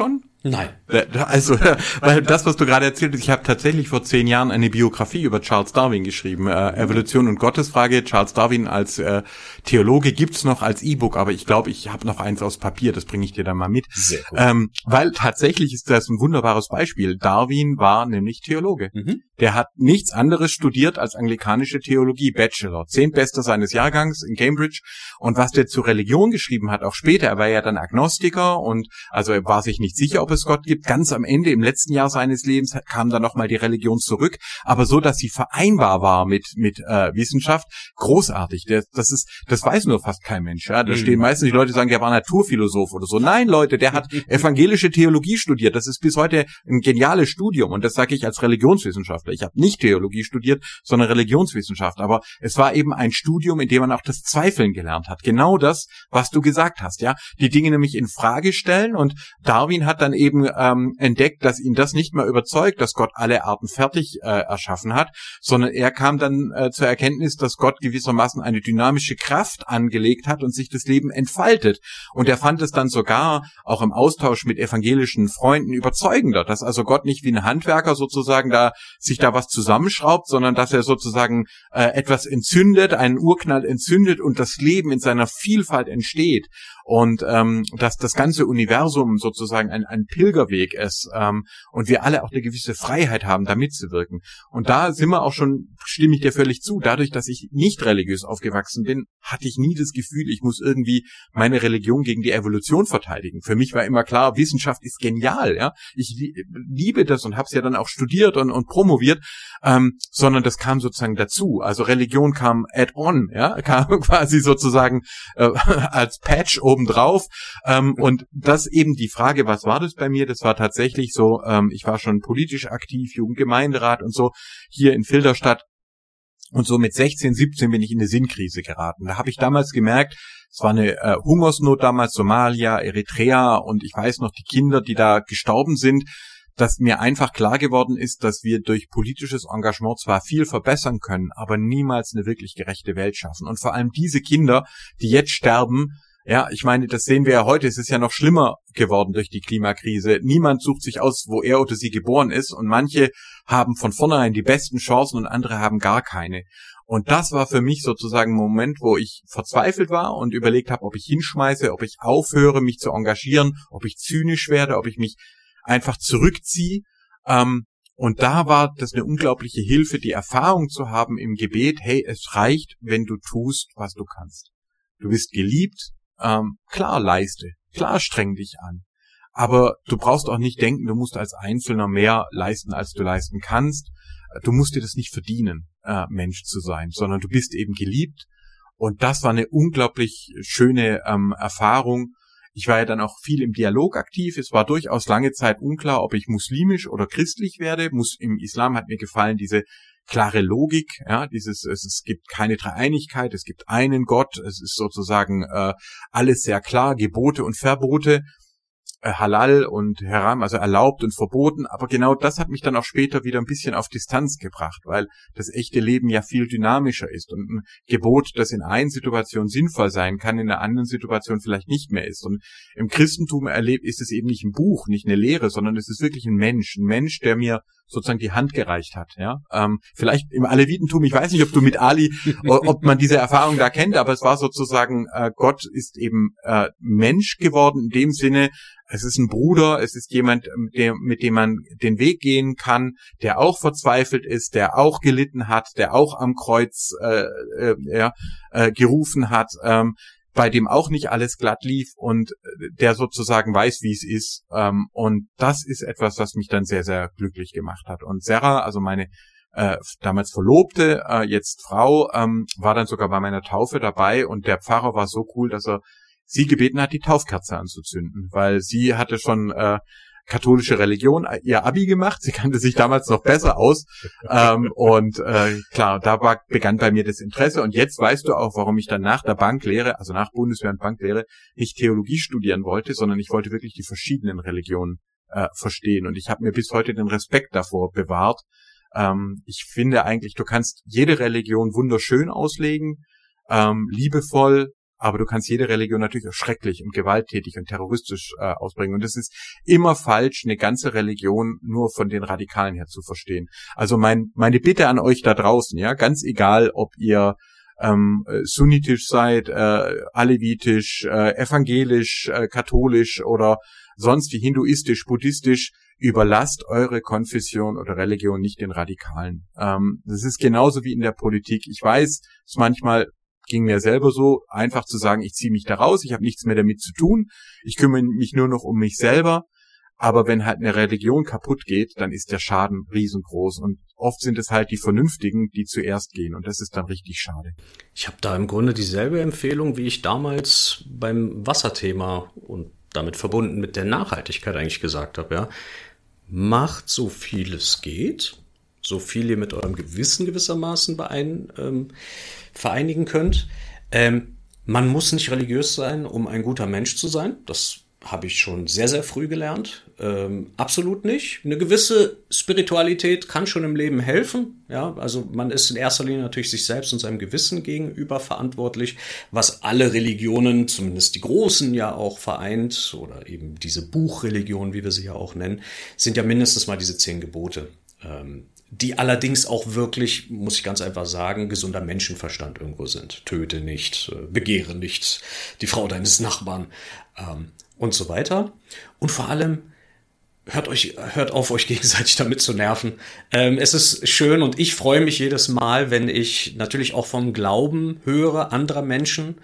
Nein. Also, weil das, was du gerade erzählt hast, ich habe tatsächlich vor zehn Jahren eine Biografie über Charles Darwin geschrieben. Äh, Evolution und Gottesfrage. Charles Darwin als äh, Theologe gibt's noch als E-Book, aber ich glaube, ich habe noch eins aus Papier, das bringe ich dir dann mal mit. Sehr gut. Ähm, weil tatsächlich ist das ein wunderbares Beispiel. Darwin war nämlich Theologe. Mhm. Der hat nichts anderes studiert als anglikanische Theologie, Bachelor. Zehntbester seines Jahrgangs in Cambridge. Und was der zur Religion geschrieben hat, auch später, er war ja dann Agnostiker und also er war sich nicht sicher, ob es Gott gibt. Ganz am Ende, im letzten Jahr seines Lebens, kam dann nochmal die Religion zurück, aber so, dass sie vereinbar war mit mit äh, Wissenschaft. Großartig. Der, das ist, das weiß nur fast kein Mensch. Ja? Da mhm. stehen meistens die Leute, die sagen, der war Naturphilosoph oder so. Nein, Leute, der hat evangelische Theologie studiert. Das ist bis heute ein geniales Studium und das sage ich als Religionswissenschaftler. Ich habe nicht Theologie studiert, sondern Religionswissenschaft. Aber es war eben ein Studium, in dem man auch das Zweifeln gelernt hat. Genau das, was du gesagt hast. Ja, die Dinge nämlich in Frage stellen und Darwin hat dann eben ähm, entdeckt, dass ihn das nicht mehr überzeugt, dass Gott alle Arten fertig äh, erschaffen hat, sondern er kam dann äh, zur Erkenntnis, dass Gott gewissermaßen eine dynamische Kraft angelegt hat und sich das Leben entfaltet. Und er fand es dann sogar auch im Austausch mit evangelischen Freunden überzeugender, dass also Gott nicht wie ein Handwerker sozusagen da sich da was zusammenschraubt, sondern dass er sozusagen äh, etwas entzündet, einen Urknall entzündet und das Leben in seiner Vielfalt entsteht. Und ähm, dass das ganze Universum sozusagen ein, ein Pilgerweg ist ähm, und wir alle auch eine gewisse Freiheit haben, da mitzuwirken. Und da sind wir auch schon, stimme ich dir völlig zu, dadurch, dass ich nicht religiös aufgewachsen bin, hatte ich nie das Gefühl, ich muss irgendwie meine Religion gegen die Evolution verteidigen. Für mich war immer klar, Wissenschaft ist genial, ja. Ich liebe das und habe es ja dann auch studiert und, und promoviert, ähm, sondern das kam sozusagen dazu. Also Religion kam add-on, ja, kam quasi sozusagen äh, als Patch obendrauf. Ähm, und das eben die Frage, was war das bei mir? Das war tatsächlich so, ähm, ich war schon politisch aktiv, Jugendgemeinderat und so, hier in Filderstadt. Und so mit sechzehn, siebzehn bin ich in eine Sinnkrise geraten. Da habe ich damals gemerkt, es war eine äh, Hungersnot damals, Somalia, Eritrea und ich weiß noch, die Kinder, die da gestorben sind, dass mir einfach klar geworden ist, dass wir durch politisches Engagement zwar viel verbessern können, aber niemals eine wirklich gerechte Welt schaffen. Und vor allem diese Kinder, die jetzt sterben, ja, ich meine, das sehen wir ja heute, es ist ja noch schlimmer geworden durch die Klimakrise. Niemand sucht sich aus, wo er oder sie geboren ist und manche haben von vornherein die besten Chancen und andere haben gar keine. Und das war für mich sozusagen ein Moment, wo ich verzweifelt war und überlegt habe, ob ich hinschmeiße, ob ich aufhöre, mich zu engagieren, ob ich zynisch werde, ob ich mich einfach zurückziehe. Ähm, und da war das eine unglaubliche Hilfe, die Erfahrung zu haben im Gebet, hey, es reicht, wenn du tust, was du kannst. Du bist geliebt, ähm, klar leiste, klar streng dich an. Aber du brauchst auch nicht denken, du musst als Einzelner mehr leisten, als du leisten kannst. Du musst dir das nicht verdienen, äh, Mensch zu sein, sondern du bist eben geliebt. Und das war eine unglaublich schöne ähm, Erfahrung. Ich war ja dann auch viel im Dialog aktiv. Es war durchaus lange Zeit unklar, ob ich muslimisch oder christlich werde. Mus- Im Islam hat mir gefallen diese klare Logik, ja, dieses, es, es gibt keine Dreieinigkeit, es gibt einen Gott, es ist sozusagen äh, alles sehr klar, Gebote und Verbote, äh, Halal und Haram, also erlaubt und verboten, aber genau das hat mich dann auch später wieder ein bisschen auf Distanz gebracht, weil das echte Leben ja viel dynamischer ist und ein Gebot, das in einer Situation sinnvoll sein kann, in einer anderen Situation vielleicht nicht mehr ist. Und im Christentum erlebt ist es eben nicht ein Buch, nicht eine Lehre, sondern es ist wirklich ein Mensch, ein Mensch, der mir sozusagen die Hand gereicht hat, ja. Ähm, vielleicht im Alevitentum, ich weiß nicht, ob du mit Ali, ob man diese Erfahrung da kennt, aber es war sozusagen, äh, Gott ist eben äh, Mensch geworden in dem Sinne, es ist ein Bruder, es ist jemand, der, mit dem man den Weg gehen kann, der auch verzweifelt ist, der auch gelitten hat, der auch am Kreuz äh, äh, ja, äh, gerufen hat, ähm, bei dem auch nicht alles glatt lief und der sozusagen weiß, wie es ist. Ähm, und das ist etwas, was mich dann sehr, sehr glücklich gemacht hat. Und Sarah, also meine äh, damals Verlobte, äh, jetzt Frau, ähm, war dann sogar bei meiner Taufe dabei und der Pfarrer war so cool, dass er sie gebeten hat, die Taufkerze anzuzünden, weil sie hatte schon äh, katholische Religion, ihr Abi gemacht, sie kannte sich damals noch besser aus ähm, und äh, klar, da war, begann bei mir das Interesse und jetzt weißt du auch, warum ich dann nach der Banklehre, also nach Bundeswehr und Banklehre, nicht Theologie studieren wollte, sondern ich wollte wirklich die verschiedenen Religionen äh, verstehen und ich habe mir bis heute den Respekt davor bewahrt. Ähm, ich finde eigentlich, du kannst jede Religion wunderschön auslegen, ähm, liebevoll, aber du kannst jede Religion natürlich auch schrecklich und gewalttätig und terroristisch äh, ausbringen. Und es ist immer falsch, eine ganze Religion nur von den Radikalen her zu verstehen. Also mein, meine Bitte an euch da draußen, ja, ganz egal, ob ihr ähm, sunnitisch seid, äh, alevitisch, äh, evangelisch, äh, katholisch oder sonst wie hinduistisch, buddhistisch, überlasst eure Konfession oder Religion nicht den Radikalen. Ähm, das ist genauso wie in der Politik. Ich weiß, es manchmal ging mir selber so, einfach zu sagen, ich ziehe mich da raus, ich habe nichts mehr damit zu tun, ich kümmere mich nur noch um mich selber. Aber wenn halt eine Religion kaputt geht, dann ist der Schaden riesengroß. Und oft sind es halt die Vernünftigen, die zuerst gehen. Und das ist dann richtig schade. Ich habe da im Grunde dieselbe Empfehlung, wie ich damals beim Wasserthema und damit verbunden mit der Nachhaltigkeit eigentlich gesagt habe. Ja, macht so viel es geht, so viel ihr mit eurem Gewissen gewissermaßen beein, ähm, vereinigen könnt. Ähm, man muss nicht religiös sein, um ein guter Mensch zu sein. Das habe ich schon sehr, sehr früh gelernt. Ähm, absolut nicht. Eine gewisse Spiritualität kann schon im Leben helfen. Ja, also man ist in erster Linie natürlich sich selbst und seinem Gewissen gegenüber verantwortlich, was alle Religionen, zumindest die großen, ja auch vereint, oder eben diese Buchreligion, wie wir sie ja auch nennen, sind ja mindestens mal diese zehn Gebote. Ähm, die allerdings auch wirklich, muss ich ganz einfach sagen, gesunder Menschenverstand irgendwo sind. Töte nicht, begehre nicht die Frau deines Nachbarn ähm, und so weiter. Und vor allem, hört euch, hört auf, euch gegenseitig damit zu nerven. Ähm, es ist schön und ich freue mich jedes Mal, wenn ich natürlich auch vom Glauben höre anderer Menschen.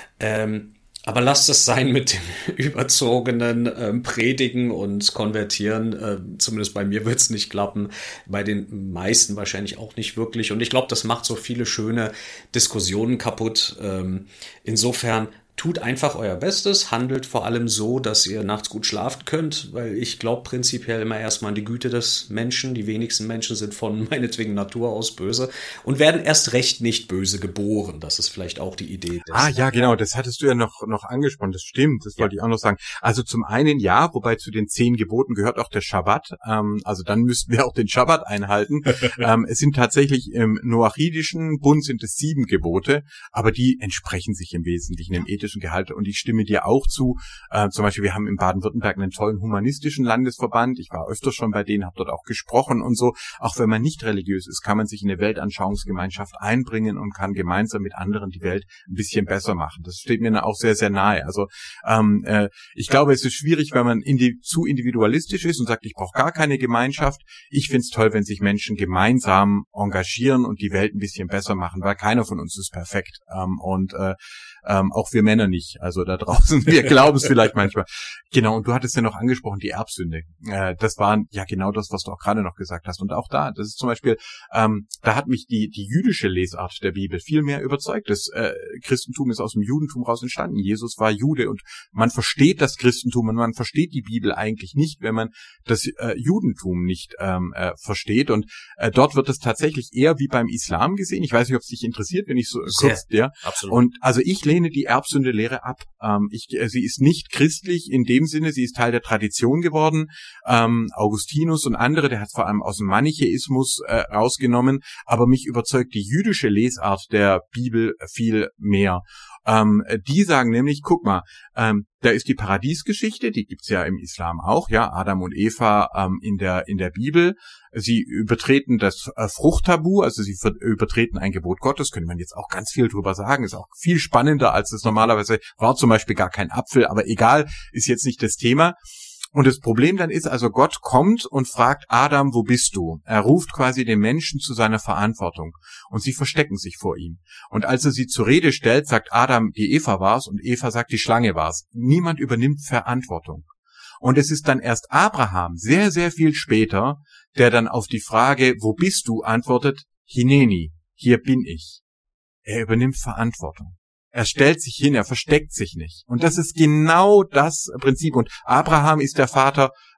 Ähm, Aber lasst es sein mit dem überzogenen ähm, Predigen und Konvertieren. Äh, zumindest bei mir wird es nicht klappen. Bei den meisten wahrscheinlich auch nicht wirklich. Und ich glaube, das macht so viele schöne Diskussionen kaputt. Ähm, insofern tut einfach euer Bestes, handelt vor allem so, dass ihr nachts gut schlafen könnt, weil ich glaube prinzipiell immer erstmal an die Güte des Menschen. Die wenigsten Menschen sind von meinetwegen Natur aus böse und werden erst recht nicht böse geboren. Das ist vielleicht auch die Idee. Ah ja, genau, das hattest du ja noch noch angesprochen, das stimmt, das ja. wollte ich auch noch sagen. Also zum einen ja, wobei zu den zehn Geboten gehört auch der Schabbat, ähm, also dann müssten wir auch den Schabbat einhalten. ähm, es sind tatsächlich im noachidischen Bund sind es sieben Gebote, aber die entsprechen sich im Wesentlichen im ethischen Gehalte und ich stimme dir auch zu. Äh, zum Beispiel, wir haben in Baden-Württemberg einen tollen humanistischen Landesverband. Ich war öfter schon bei denen, habe dort auch gesprochen und so. Auch wenn man nicht religiös ist, kann man sich in eine Weltanschauungsgemeinschaft einbringen und kann gemeinsam mit anderen die Welt ein bisschen besser machen. Das steht mir auch sehr, sehr nahe. Also ähm, äh, ich glaube, es ist schwierig, wenn man indi- zu individualistisch ist und sagt, ich brauche gar keine Gemeinschaft. Ich finde es toll, wenn sich Menschen gemeinsam engagieren und die Welt ein bisschen besser machen, weil keiner von uns ist perfekt. Ähm, und äh, Ähm, auch wir Männer nicht, also da draußen, wir glauben es vielleicht manchmal. Genau, und du hattest ja noch angesprochen, die Erbsünde. Äh, das war ja genau das, was du auch gerade noch gesagt hast. Und auch da, das ist zum Beispiel, ähm, da hat mich die die jüdische Lesart der Bibel viel mehr überzeugt. Das äh, Christentum ist aus dem Judentum raus entstanden. Jesus war Jude und man versteht das Christentum und man versteht die Bibel eigentlich nicht, wenn man das äh, Judentum nicht ähm, äh, versteht. Und äh, dort wird es tatsächlich eher wie beim Islam gesehen. Ich weiß nicht, ob es dich interessiert, wenn ich so Sehr, kurz, ja. Absolut. Und also ich lehne die Erbsünde-Lehre ab. Ähm, ich, äh, sie ist nicht christlich in dem Sinne, sie ist Teil der Tradition geworden. Ähm, Augustinus und andere, der hat vor allem aus dem Manichäismus äh, rausgenommen, aber mich überzeugt die jüdische Lesart der Bibel viel mehr. Ähm, die sagen nämlich, guck mal, ähm, da ist die Paradiesgeschichte, die gibt's ja im Islam auch, ja, Adam und Eva ähm, in der in der Bibel. Sie übertreten das äh, Fruchttabu, also sie ver- übertreten ein Gebot Gottes, könnte man jetzt auch ganz viel drüber sagen, ist auch viel spannender, als es normalerweise war, zum Beispiel gar kein Apfel, aber egal, ist jetzt nicht das Thema. Und das Problem dann ist also, Gott kommt und fragt Adam, wo bist du? Er ruft quasi den Menschen zu seiner Verantwortung und sie verstecken sich vor ihm. Und als er sie zur Rede stellt, sagt Adam, die Eva war's und Eva sagt, die Schlange war's. Niemand übernimmt Verantwortung. Und es ist dann erst Abraham, sehr, sehr viel später, der dann auf die Frage, wo bist du, antwortet, Hineni, hier bin ich. Er übernimmt Verantwortung. Er stellt sich hin, er versteckt sich nicht. Und das ist genau das Prinzip. Und Abraham ist der Vater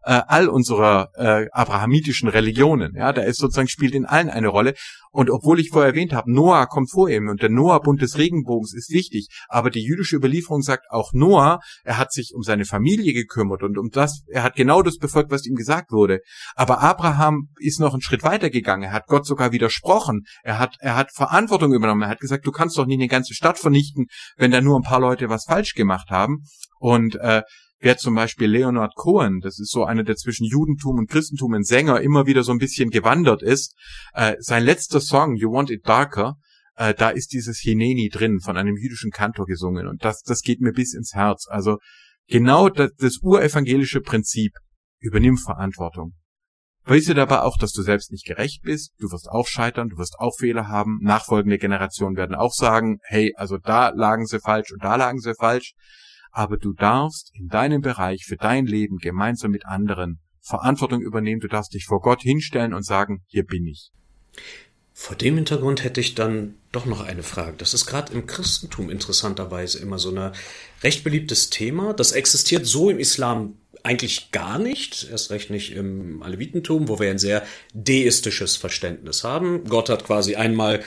äh, all unserer äh, abrahamitischen Religionen. Ja, da ist sozusagen, spielt in allen eine Rolle. Und obwohl ich vorher erwähnt habe, Noah kommt vor ihm und der Noah-Bund des Regenbogens ist wichtig, aber die jüdische Überlieferung sagt auch Noah, er hat sich um seine Familie gekümmert und um das, er hat genau das befolgt, was ihm gesagt wurde. Aber Abraham ist noch einen Schritt weiter gegangen, er hat Gott sogar widersprochen, er hat, er hat Verantwortung übernommen, er hat gesagt, du kannst doch nicht eine ganze Stadt vernichten, wenn da nur ein paar Leute was falsch gemacht haben. Und äh, wer zum Beispiel Leonard Cohen, das ist so einer, der zwischen Judentum und Christentum ein Sänger, immer wieder so ein bisschen gewandert ist, äh, sein letzter Song, You Want It Darker, äh, da ist dieses Hineni drin, von einem jüdischen Kantor gesungen. Und das, das geht mir bis ins Herz. Also genau das, das urevangelische Prinzip, übernimm Verantwortung. Weise dabei auch, dass du selbst nicht gerecht bist, du wirst auch scheitern, du wirst auch Fehler haben, nachfolgende Generationen werden auch sagen, hey, also da lagen sie falsch und da lagen sie falsch. Aber du darfst in deinem Bereich für dein Leben gemeinsam mit anderen Verantwortung übernehmen. Du darfst dich vor Gott hinstellen und sagen, hier bin ich. Vor dem Hintergrund hätte ich dann doch noch eine Frage. Das ist gerade im Christentum interessanterweise immer so ein recht beliebtes Thema. Das existiert so im Islam eigentlich gar nicht, erst recht nicht im Alevitentum, wo wir ein sehr deistisches Verständnis haben. Gott hat quasi einmal,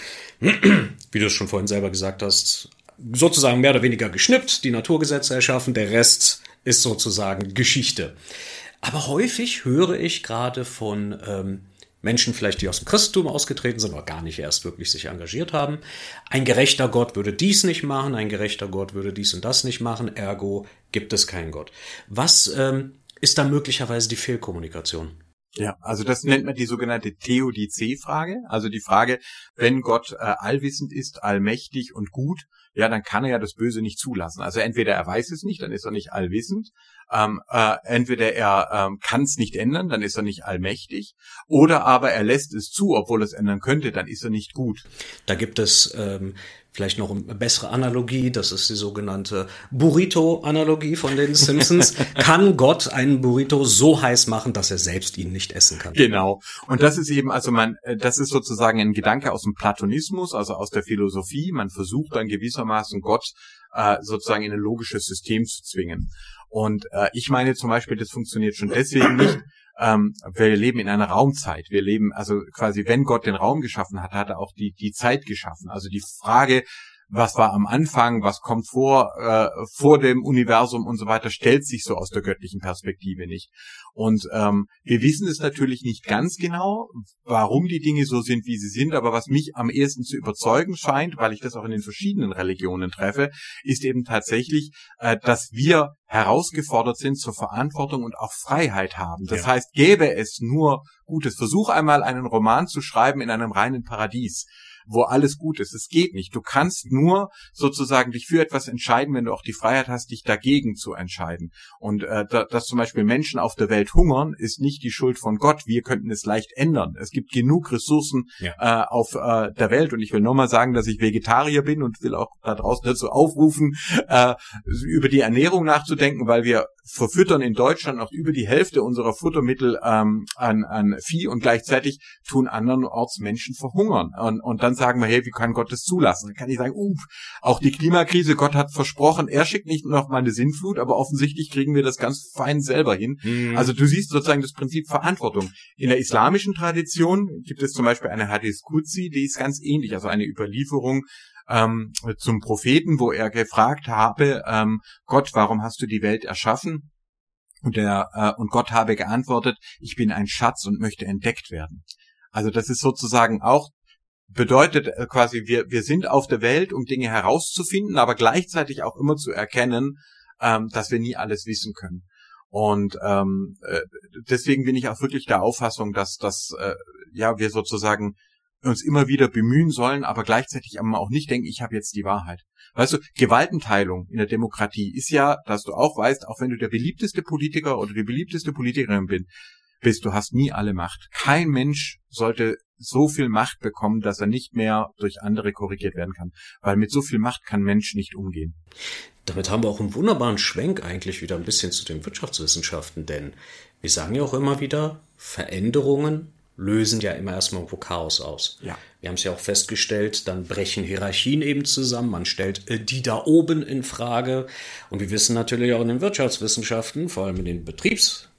wie du es schon vorhin selber gesagt hast, sozusagen mehr oder weniger geschnippt, die Naturgesetze erschaffen, der Rest ist sozusagen Geschichte. Aber häufig höre ich gerade von ähm, Menschen vielleicht, die aus dem Christentum ausgetreten sind oder gar nicht erst wirklich sich engagiert haben, ein gerechter Gott würde dies nicht machen, ein gerechter Gott würde dies und das nicht machen, ergo gibt es keinen Gott. Was ähm, ist da möglicherweise die Fehlkommunikation? Ja, also das nennt man die sogenannte Theodizee-Frage, also die Frage, wenn Gott äh, allwissend ist, allmächtig und gut, ja, dann kann er ja das Böse nicht zulassen. Also entweder er weiß es nicht, dann ist er nicht allwissend, ähm, äh, entweder er ähm, kann es nicht ändern, dann ist er nicht allmächtig, oder aber er lässt es zu, obwohl er es ändern könnte, dann ist er nicht gut. Da gibt es ähm, vielleicht noch eine bessere Analogie, das ist die sogenannte Burrito-Analogie von den Simpsons. Kann Gott einen Burrito so heiß machen, dass er selbst ihn nicht essen kann? Genau. Und das ist eben, also man, das ist sozusagen ein Gedanke aus dem Platonismus, also aus der Philosophie. Man versucht dann gewissermaßen Gott äh, sozusagen in ein logisches System zu zwingen. Und äh, ich meine zum Beispiel, das funktioniert schon deswegen nicht. Ähm, wir leben in einer Raumzeit. Wir leben, also quasi, wenn Gott den Raum geschaffen hat, hat er auch die die Zeit geschaffen. Also die Frage, was war am Anfang, was kommt vor äh, vor dem Universum und so weiter, stellt sich so aus der göttlichen Perspektive nicht. Und ähm, wir wissen es natürlich nicht ganz genau, warum die Dinge so sind, wie sie sind, aber was mich am ehesten zu überzeugen scheint, weil ich das auch in den verschiedenen Religionen treffe, ist eben tatsächlich, äh, dass wir herausgefordert sind zur Verantwortung und auch Freiheit haben. Das ja. heißt, gäbe es nur Gutes. Versuch einmal einen Roman zu schreiben in einem reinen Paradies, wo alles gut ist. Es geht nicht. Du kannst nur sozusagen dich für etwas entscheiden, wenn du auch die Freiheit hast, dich dagegen zu entscheiden. Und äh, da, dass zum Beispiel Menschen auf der Welt hungern, ist nicht die Schuld von Gott. Wir könnten es leicht ändern. Es gibt genug Ressourcen ja. äh, auf äh, der Welt. Und ich will nochmal sagen, dass ich Vegetarier bin und will auch da draußen dazu aufrufen, äh, über die Ernährung nachzudenken, weil wir verfüttern in Deutschland noch über die Hälfte unserer Futtermittel ähm, an, an Vieh und gleichzeitig tun andernorts Menschen verhungern. Und, und dann sagen wir, hey, wie kann Gott das zulassen? Dann kann ich sagen, uh, auch die Klimakrise, Gott hat versprochen, er schickt nicht noch mal eine Sintflut, aber offensichtlich kriegen wir das ganz fein selber hin. Mhm. Also du siehst sozusagen das Prinzip Verantwortung. In der islamischen Tradition gibt es zum Beispiel eine Hadith Qudsi, die ist ganz ähnlich, also eine Überlieferung ähm, zum Propheten, wo er gefragt habe, ähm, Gott, warum hast du die Welt erschaffen? Und, der, äh, und Gott habe geantwortet, ich bin ein Schatz und möchte entdeckt werden. Also das ist sozusagen auch, bedeutet äh, quasi, wir, wir sind auf der Welt, um Dinge herauszufinden, aber gleichzeitig auch immer zu erkennen, ähm, dass wir nie alles wissen können. Und ähm, äh, deswegen bin ich auch wirklich der Auffassung, dass, dass äh, ja wir sozusagen uns immer wieder bemühen sollen, aber gleichzeitig auch nicht denken, ich habe jetzt die Wahrheit. Weißt du, Gewaltenteilung in der Demokratie ist ja, dass du auch weißt, auch wenn du der beliebteste Politiker oder die beliebteste Politikerin bin, bist, du hast nie alle Macht. Kein Mensch sollte so viel Macht bekommen, dass er nicht mehr durch andere korrigiert werden kann. Weil mit so viel Macht kann Mensch nicht umgehen. Damit haben wir auch einen wunderbaren Schwenk eigentlich wieder ein bisschen zu den Wirtschaftswissenschaften, denn wir sagen ja auch immer wieder, Veränderungen lösen ja immer erstmal irgendwo Chaos aus. Ja. Wir haben es ja auch festgestellt, dann brechen Hierarchien eben zusammen, man stellt äh, die da oben in Frage und wir wissen natürlich auch in den Wirtschaftswissenschaften, vor allem in den Betriebs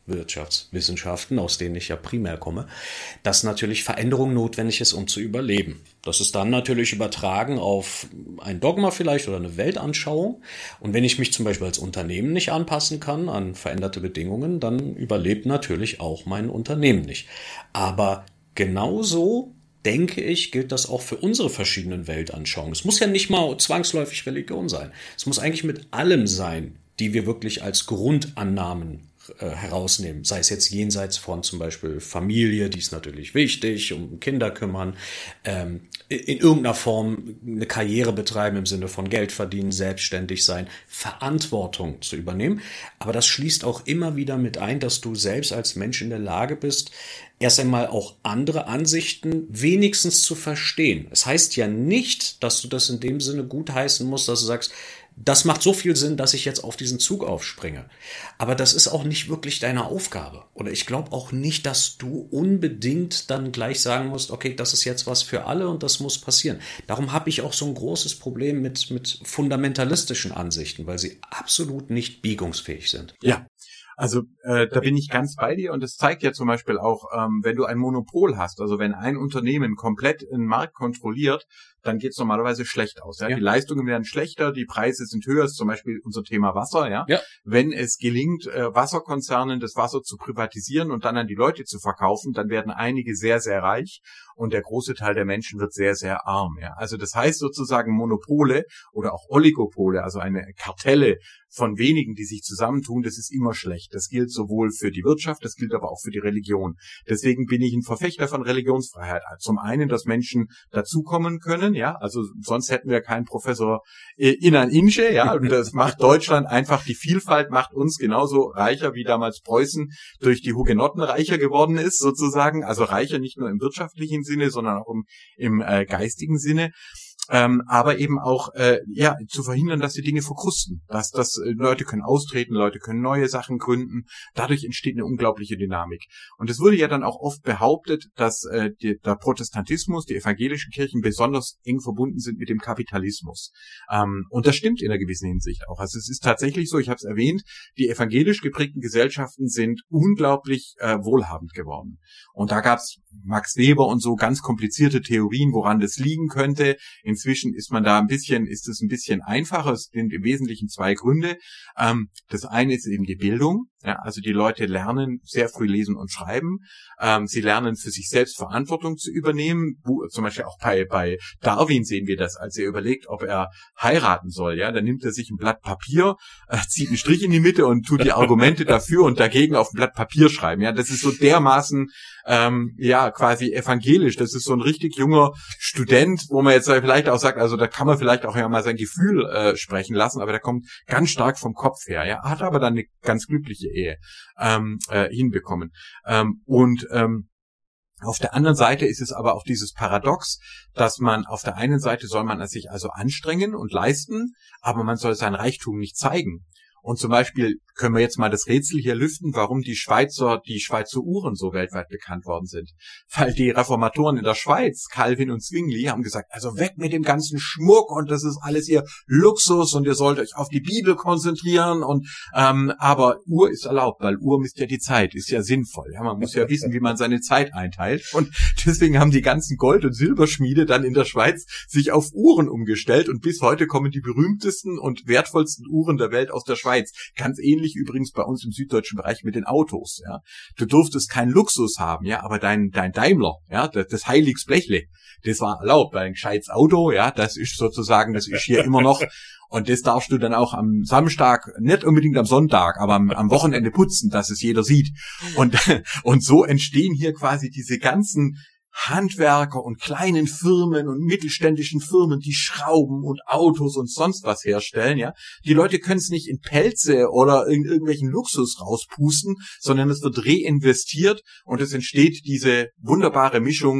Wirtschaftswissenschaften, aus denen ich ja primär komme, dass natürlich Veränderung notwendig ist, um zu überleben. Das ist dann natürlich übertragen auf ein Dogma vielleicht oder eine Weltanschauung. Und wenn ich mich zum Beispiel als Unternehmen nicht anpassen kann an veränderte Bedingungen, dann überlebt natürlich auch mein Unternehmen nicht. Aber genauso, denke ich, gilt das auch für unsere verschiedenen Weltanschauungen. Es muss ja nicht mal zwangsläufig Religion sein. Es muss eigentlich mit allem sein, die wir wirklich als Grundannahmen äh, herausnehmen. Sei es jetzt jenseits von zum Beispiel Familie, die ist natürlich wichtig, um Kinder kümmern, ähm, in irgendeiner Form eine Karriere betreiben im Sinne von Geld verdienen, selbstständig sein, Verantwortung zu übernehmen. Aber das schließt auch immer wieder mit ein, dass du selbst als Mensch in der Lage bist, erst einmal auch andere Ansichten wenigstens zu verstehen. Es heißt ja nicht, dass du das in dem Sinne gutheißen musst, dass du sagst, das macht so viel Sinn, dass ich jetzt auf diesen Zug aufspringe. Aber das ist auch nicht wirklich deine Aufgabe. Oder ich glaube auch nicht, dass du unbedingt dann gleich sagen musst, okay, das ist jetzt was für alle und das muss passieren. Darum habe ich auch so ein großes Problem mit, mit fundamentalistischen Ansichten, weil sie absolut nicht biegungsfähig sind. Ja. Also äh, da bin ich ganz bei dir und das zeigt ja zum Beispiel auch, ähm, wenn du ein Monopol hast, also wenn ein Unternehmen komplett einen Markt kontrolliert, dann geht's normalerweise schlecht aus. Ja? Ja. Die Leistungen werden schlechter, die Preise sind höher, ist zum Beispiel unser Thema Wasser. Ja? Ja. Wenn es gelingt, äh, Wasserkonzernen das Wasser zu privatisieren und dann an die Leute zu verkaufen, dann werden einige sehr, sehr reich und der große Teil der Menschen wird sehr, sehr arm. Ja? Also das heißt sozusagen Monopole oder auch Oligopole, also eine Kartelle von wenigen, die sich zusammentun, das ist immer schlecht. Das gilt sowohl für die Wirtschaft, das gilt aber auch für die Religion. Deswegen bin ich ein Verfechter von Religionsfreiheit. Zum einen, dass Menschen dazukommen können, ja, also sonst hätten wir keinen Professor Inan Ince, ja, und das macht Deutschland einfach, die Vielfalt macht uns genauso reicher, wie damals Preußen durch die Hugenotten reicher geworden ist, sozusagen, also reicher nicht nur im wirtschaftlichen Sinne, sondern auch im, im äh, geistigen Sinne. Ähm, aber eben auch äh, ja zu verhindern, dass die Dinge verkrusten, dass dass äh, Leute können austreten, Leute können neue Sachen gründen, dadurch entsteht eine unglaubliche Dynamik. Und es wurde ja dann auch oft behauptet, dass äh, die, der Protestantismus, die evangelischen Kirchen besonders eng verbunden sind mit dem Kapitalismus. Ähm, und das stimmt in einer gewissen Hinsicht auch. Also es ist tatsächlich so, ich habe es erwähnt, die evangelisch geprägten Gesellschaften sind unglaublich äh, wohlhabend geworden. Und da gab's Max Weber und so ganz komplizierte Theorien, woran das liegen könnte. Inzwischen ist man da ein bisschen, ist es ein bisschen einfacher. Es sind im Wesentlichen zwei Gründe. Ähm, das eine ist eben die Bildung. Ja, also die Leute lernen sehr früh lesen und schreiben. Ähm, sie lernen für sich selbst Verantwortung zu übernehmen. Wo, zum Beispiel auch bei, bei Darwin sehen wir das, als er überlegt, ob er heiraten soll. Ja, dann nimmt er sich ein Blatt Papier, äh, zieht einen Strich in die Mitte und tut die Argumente dafür und dagegen auf ein Blatt Papier schreiben. Ja, das ist so dermaßen, ähm, ja, quasi evangelisch. Das ist so ein richtig junger Student, wo man jetzt vielleicht auch sagt, also da kann man vielleicht auch ja mal sein Gefühl äh, sprechen lassen, aber der kommt ganz stark vom Kopf her. Ja, hat aber dann eine ganz glückliche Ehe ähm, äh, hinbekommen. Ähm, und ähm, auf der anderen Seite ist es aber auch dieses Paradox, dass man auf der einen Seite soll man sich also anstrengen und leisten, aber man soll sein Reichtum nicht zeigen. Und zum Beispiel können wir jetzt mal das Rätsel hier lüften, warum die Schweizer, die Schweizer Uhren so weltweit bekannt worden sind. Weil die Reformatoren in der Schweiz, Calvin und Zwingli, haben gesagt, also weg mit dem ganzen Schmuck und das ist alles hier Luxus und ihr sollt euch auf die Bibel konzentrieren und ähm, aber Uhr ist erlaubt, weil Uhr misst ja die Zeit, ist ja sinnvoll. Ja, man muss ja wissen, wie man seine Zeit einteilt und deswegen haben die ganzen Gold- und Silberschmiede dann in der Schweiz sich auf Uhren umgestellt und bis heute kommen die berühmtesten und wertvollsten Uhren der Welt aus der Schweiz. Ganz ähnlich übrigens bei uns im süddeutschen Bereich mit den Autos, ja. Du durftest keinen Luxus haben, ja, aber dein, dein Daimler, ja, das, das Heiligsblechle, das war erlaubt, weil ein gescheites Auto, ja, das ist sozusagen, das ist hier immer noch, und das darfst du dann auch am Samstag, nicht unbedingt am Sonntag, aber am, am Wochenende putzen, dass es jeder sieht. Und, und so entstehen hier quasi diese ganzen Handwerker und kleinen Firmen und mittelständischen Firmen, die Schrauben und Autos und sonst was herstellen, ja. Die Leute können es nicht in Pelze oder in irgendwelchen Luxus rauspusten, sondern es wird reinvestiert und es entsteht diese wunderbare Mischung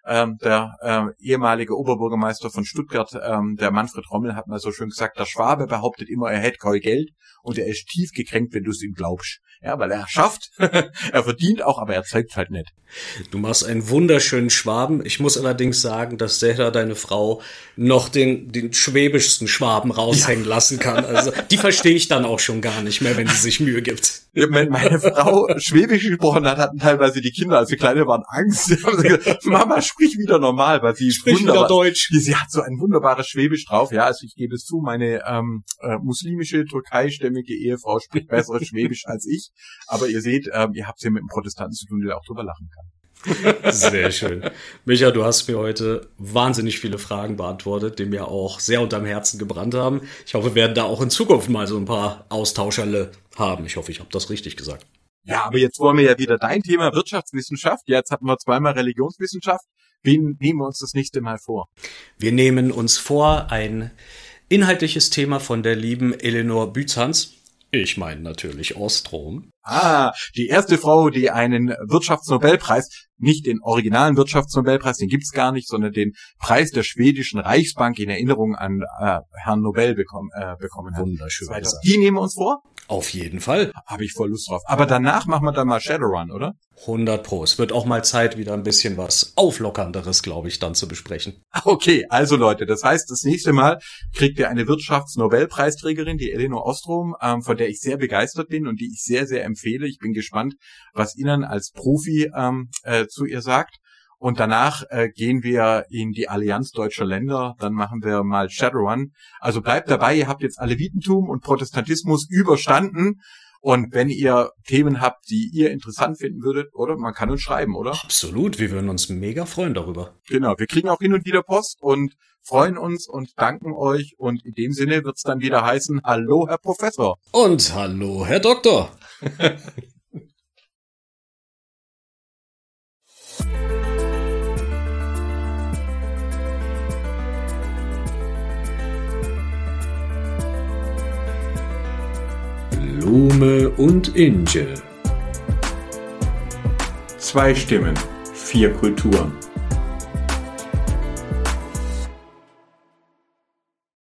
Ähm, der äh, ehemalige Oberbürgermeister von Stuttgart, ähm, der Manfred Rommel, hat mal so schön gesagt, der Schwabe behauptet immer, er hätte kein Geld und er ist tief gekränkt, wenn du es ihm glaubst. Ja, weil er schafft, er verdient auch, aber er zeigt halt nicht. Du machst einen wunderschönen Schwaben. Ich muss allerdings sagen, dass Zehra, deine Frau, noch den, den schwäbischsten Schwaben raushängen ja. lassen kann. Also die verstehe ich dann auch schon gar nicht mehr, wenn sie sich Mühe gibt. Wenn meine Frau Schwäbisch gesprochen hat, hatten teilweise die Kinder, als sie kleine waren, Angst. Sie haben gesagt, Mama, sprich wieder normal, weil sie sprich wieder Deutsch. Sie hat so ein wunderbares Schwäbisch drauf. Ja, also ich gebe es zu, meine ähm, äh, muslimische, türkeistämmige Ehefrau spricht besseres Schwäbisch als ich. Aber ihr seht, ähm, ihr habt es ja mit einem Protestanten zu tun, der auch drüber lachen kann. Sehr schön. Micha, du hast mir heute wahnsinnig viele Fragen beantwortet, die mir auch sehr unterm Herzen gebrannt haben. Ich hoffe, wir werden da auch in Zukunft mal so ein paar Austauscherle haben. Ich hoffe, ich habe das richtig gesagt. Ja, aber jetzt wollen wir ja wieder dein Thema Wirtschaftswissenschaft. Jetzt hatten wir zweimal Religionswissenschaft. Wen nehmen wir uns das nächste Mal vor? Wir nehmen uns vor ein inhaltliches Thema von der lieben Elinor Bützhans. Ich meine natürlich Ostrom. Ah, die erste Frau, die einen Wirtschaftsnobelpreis, nicht den originalen Wirtschaftsnobelpreis, den gibt's gar nicht, sondern den Preis der schwedischen Reichsbank in Erinnerung an äh, Herrn Nobel bekommen, äh, bekommen hat. Wunderschön. Die nehmen wir uns vor? Auf jeden Fall. Habe ich voll Lust drauf. Aber danach machen wir dann mal Shadowrun, oder? hundert Pro. Es wird auch mal Zeit, wieder ein bisschen was Auflockernderes, glaube ich, dann zu besprechen. Okay, also Leute, das heißt, das nächste Mal kriegt ihr eine Wirtschaftsnobelpreisträgerin, die Elinor Ostrom, ähm, von der ich sehr begeistert bin und die ich sehr, sehr empfehle. Ich bin gespannt, was Ihnen als Profi ähm, äh, zu ihr sagt. Und danach äh, gehen wir in die Allianz Deutscher Länder, dann machen wir mal Shadowrun. Also bleibt dabei, ihr habt jetzt Alevitentum und Protestantismus überstanden. Und wenn ihr Themen habt, die ihr interessant finden würdet, oder? Man kann uns schreiben, oder? Absolut, wir würden uns mega freuen darüber. Genau, wir kriegen auch hin und wieder Post und freuen uns und danken euch. Und in dem Sinne wird's dann wieder heißen, hallo, Herr Professor. Und hallo, Herr Doktor. Blume und Inge. Zwei Stimmen, vier Kulturen.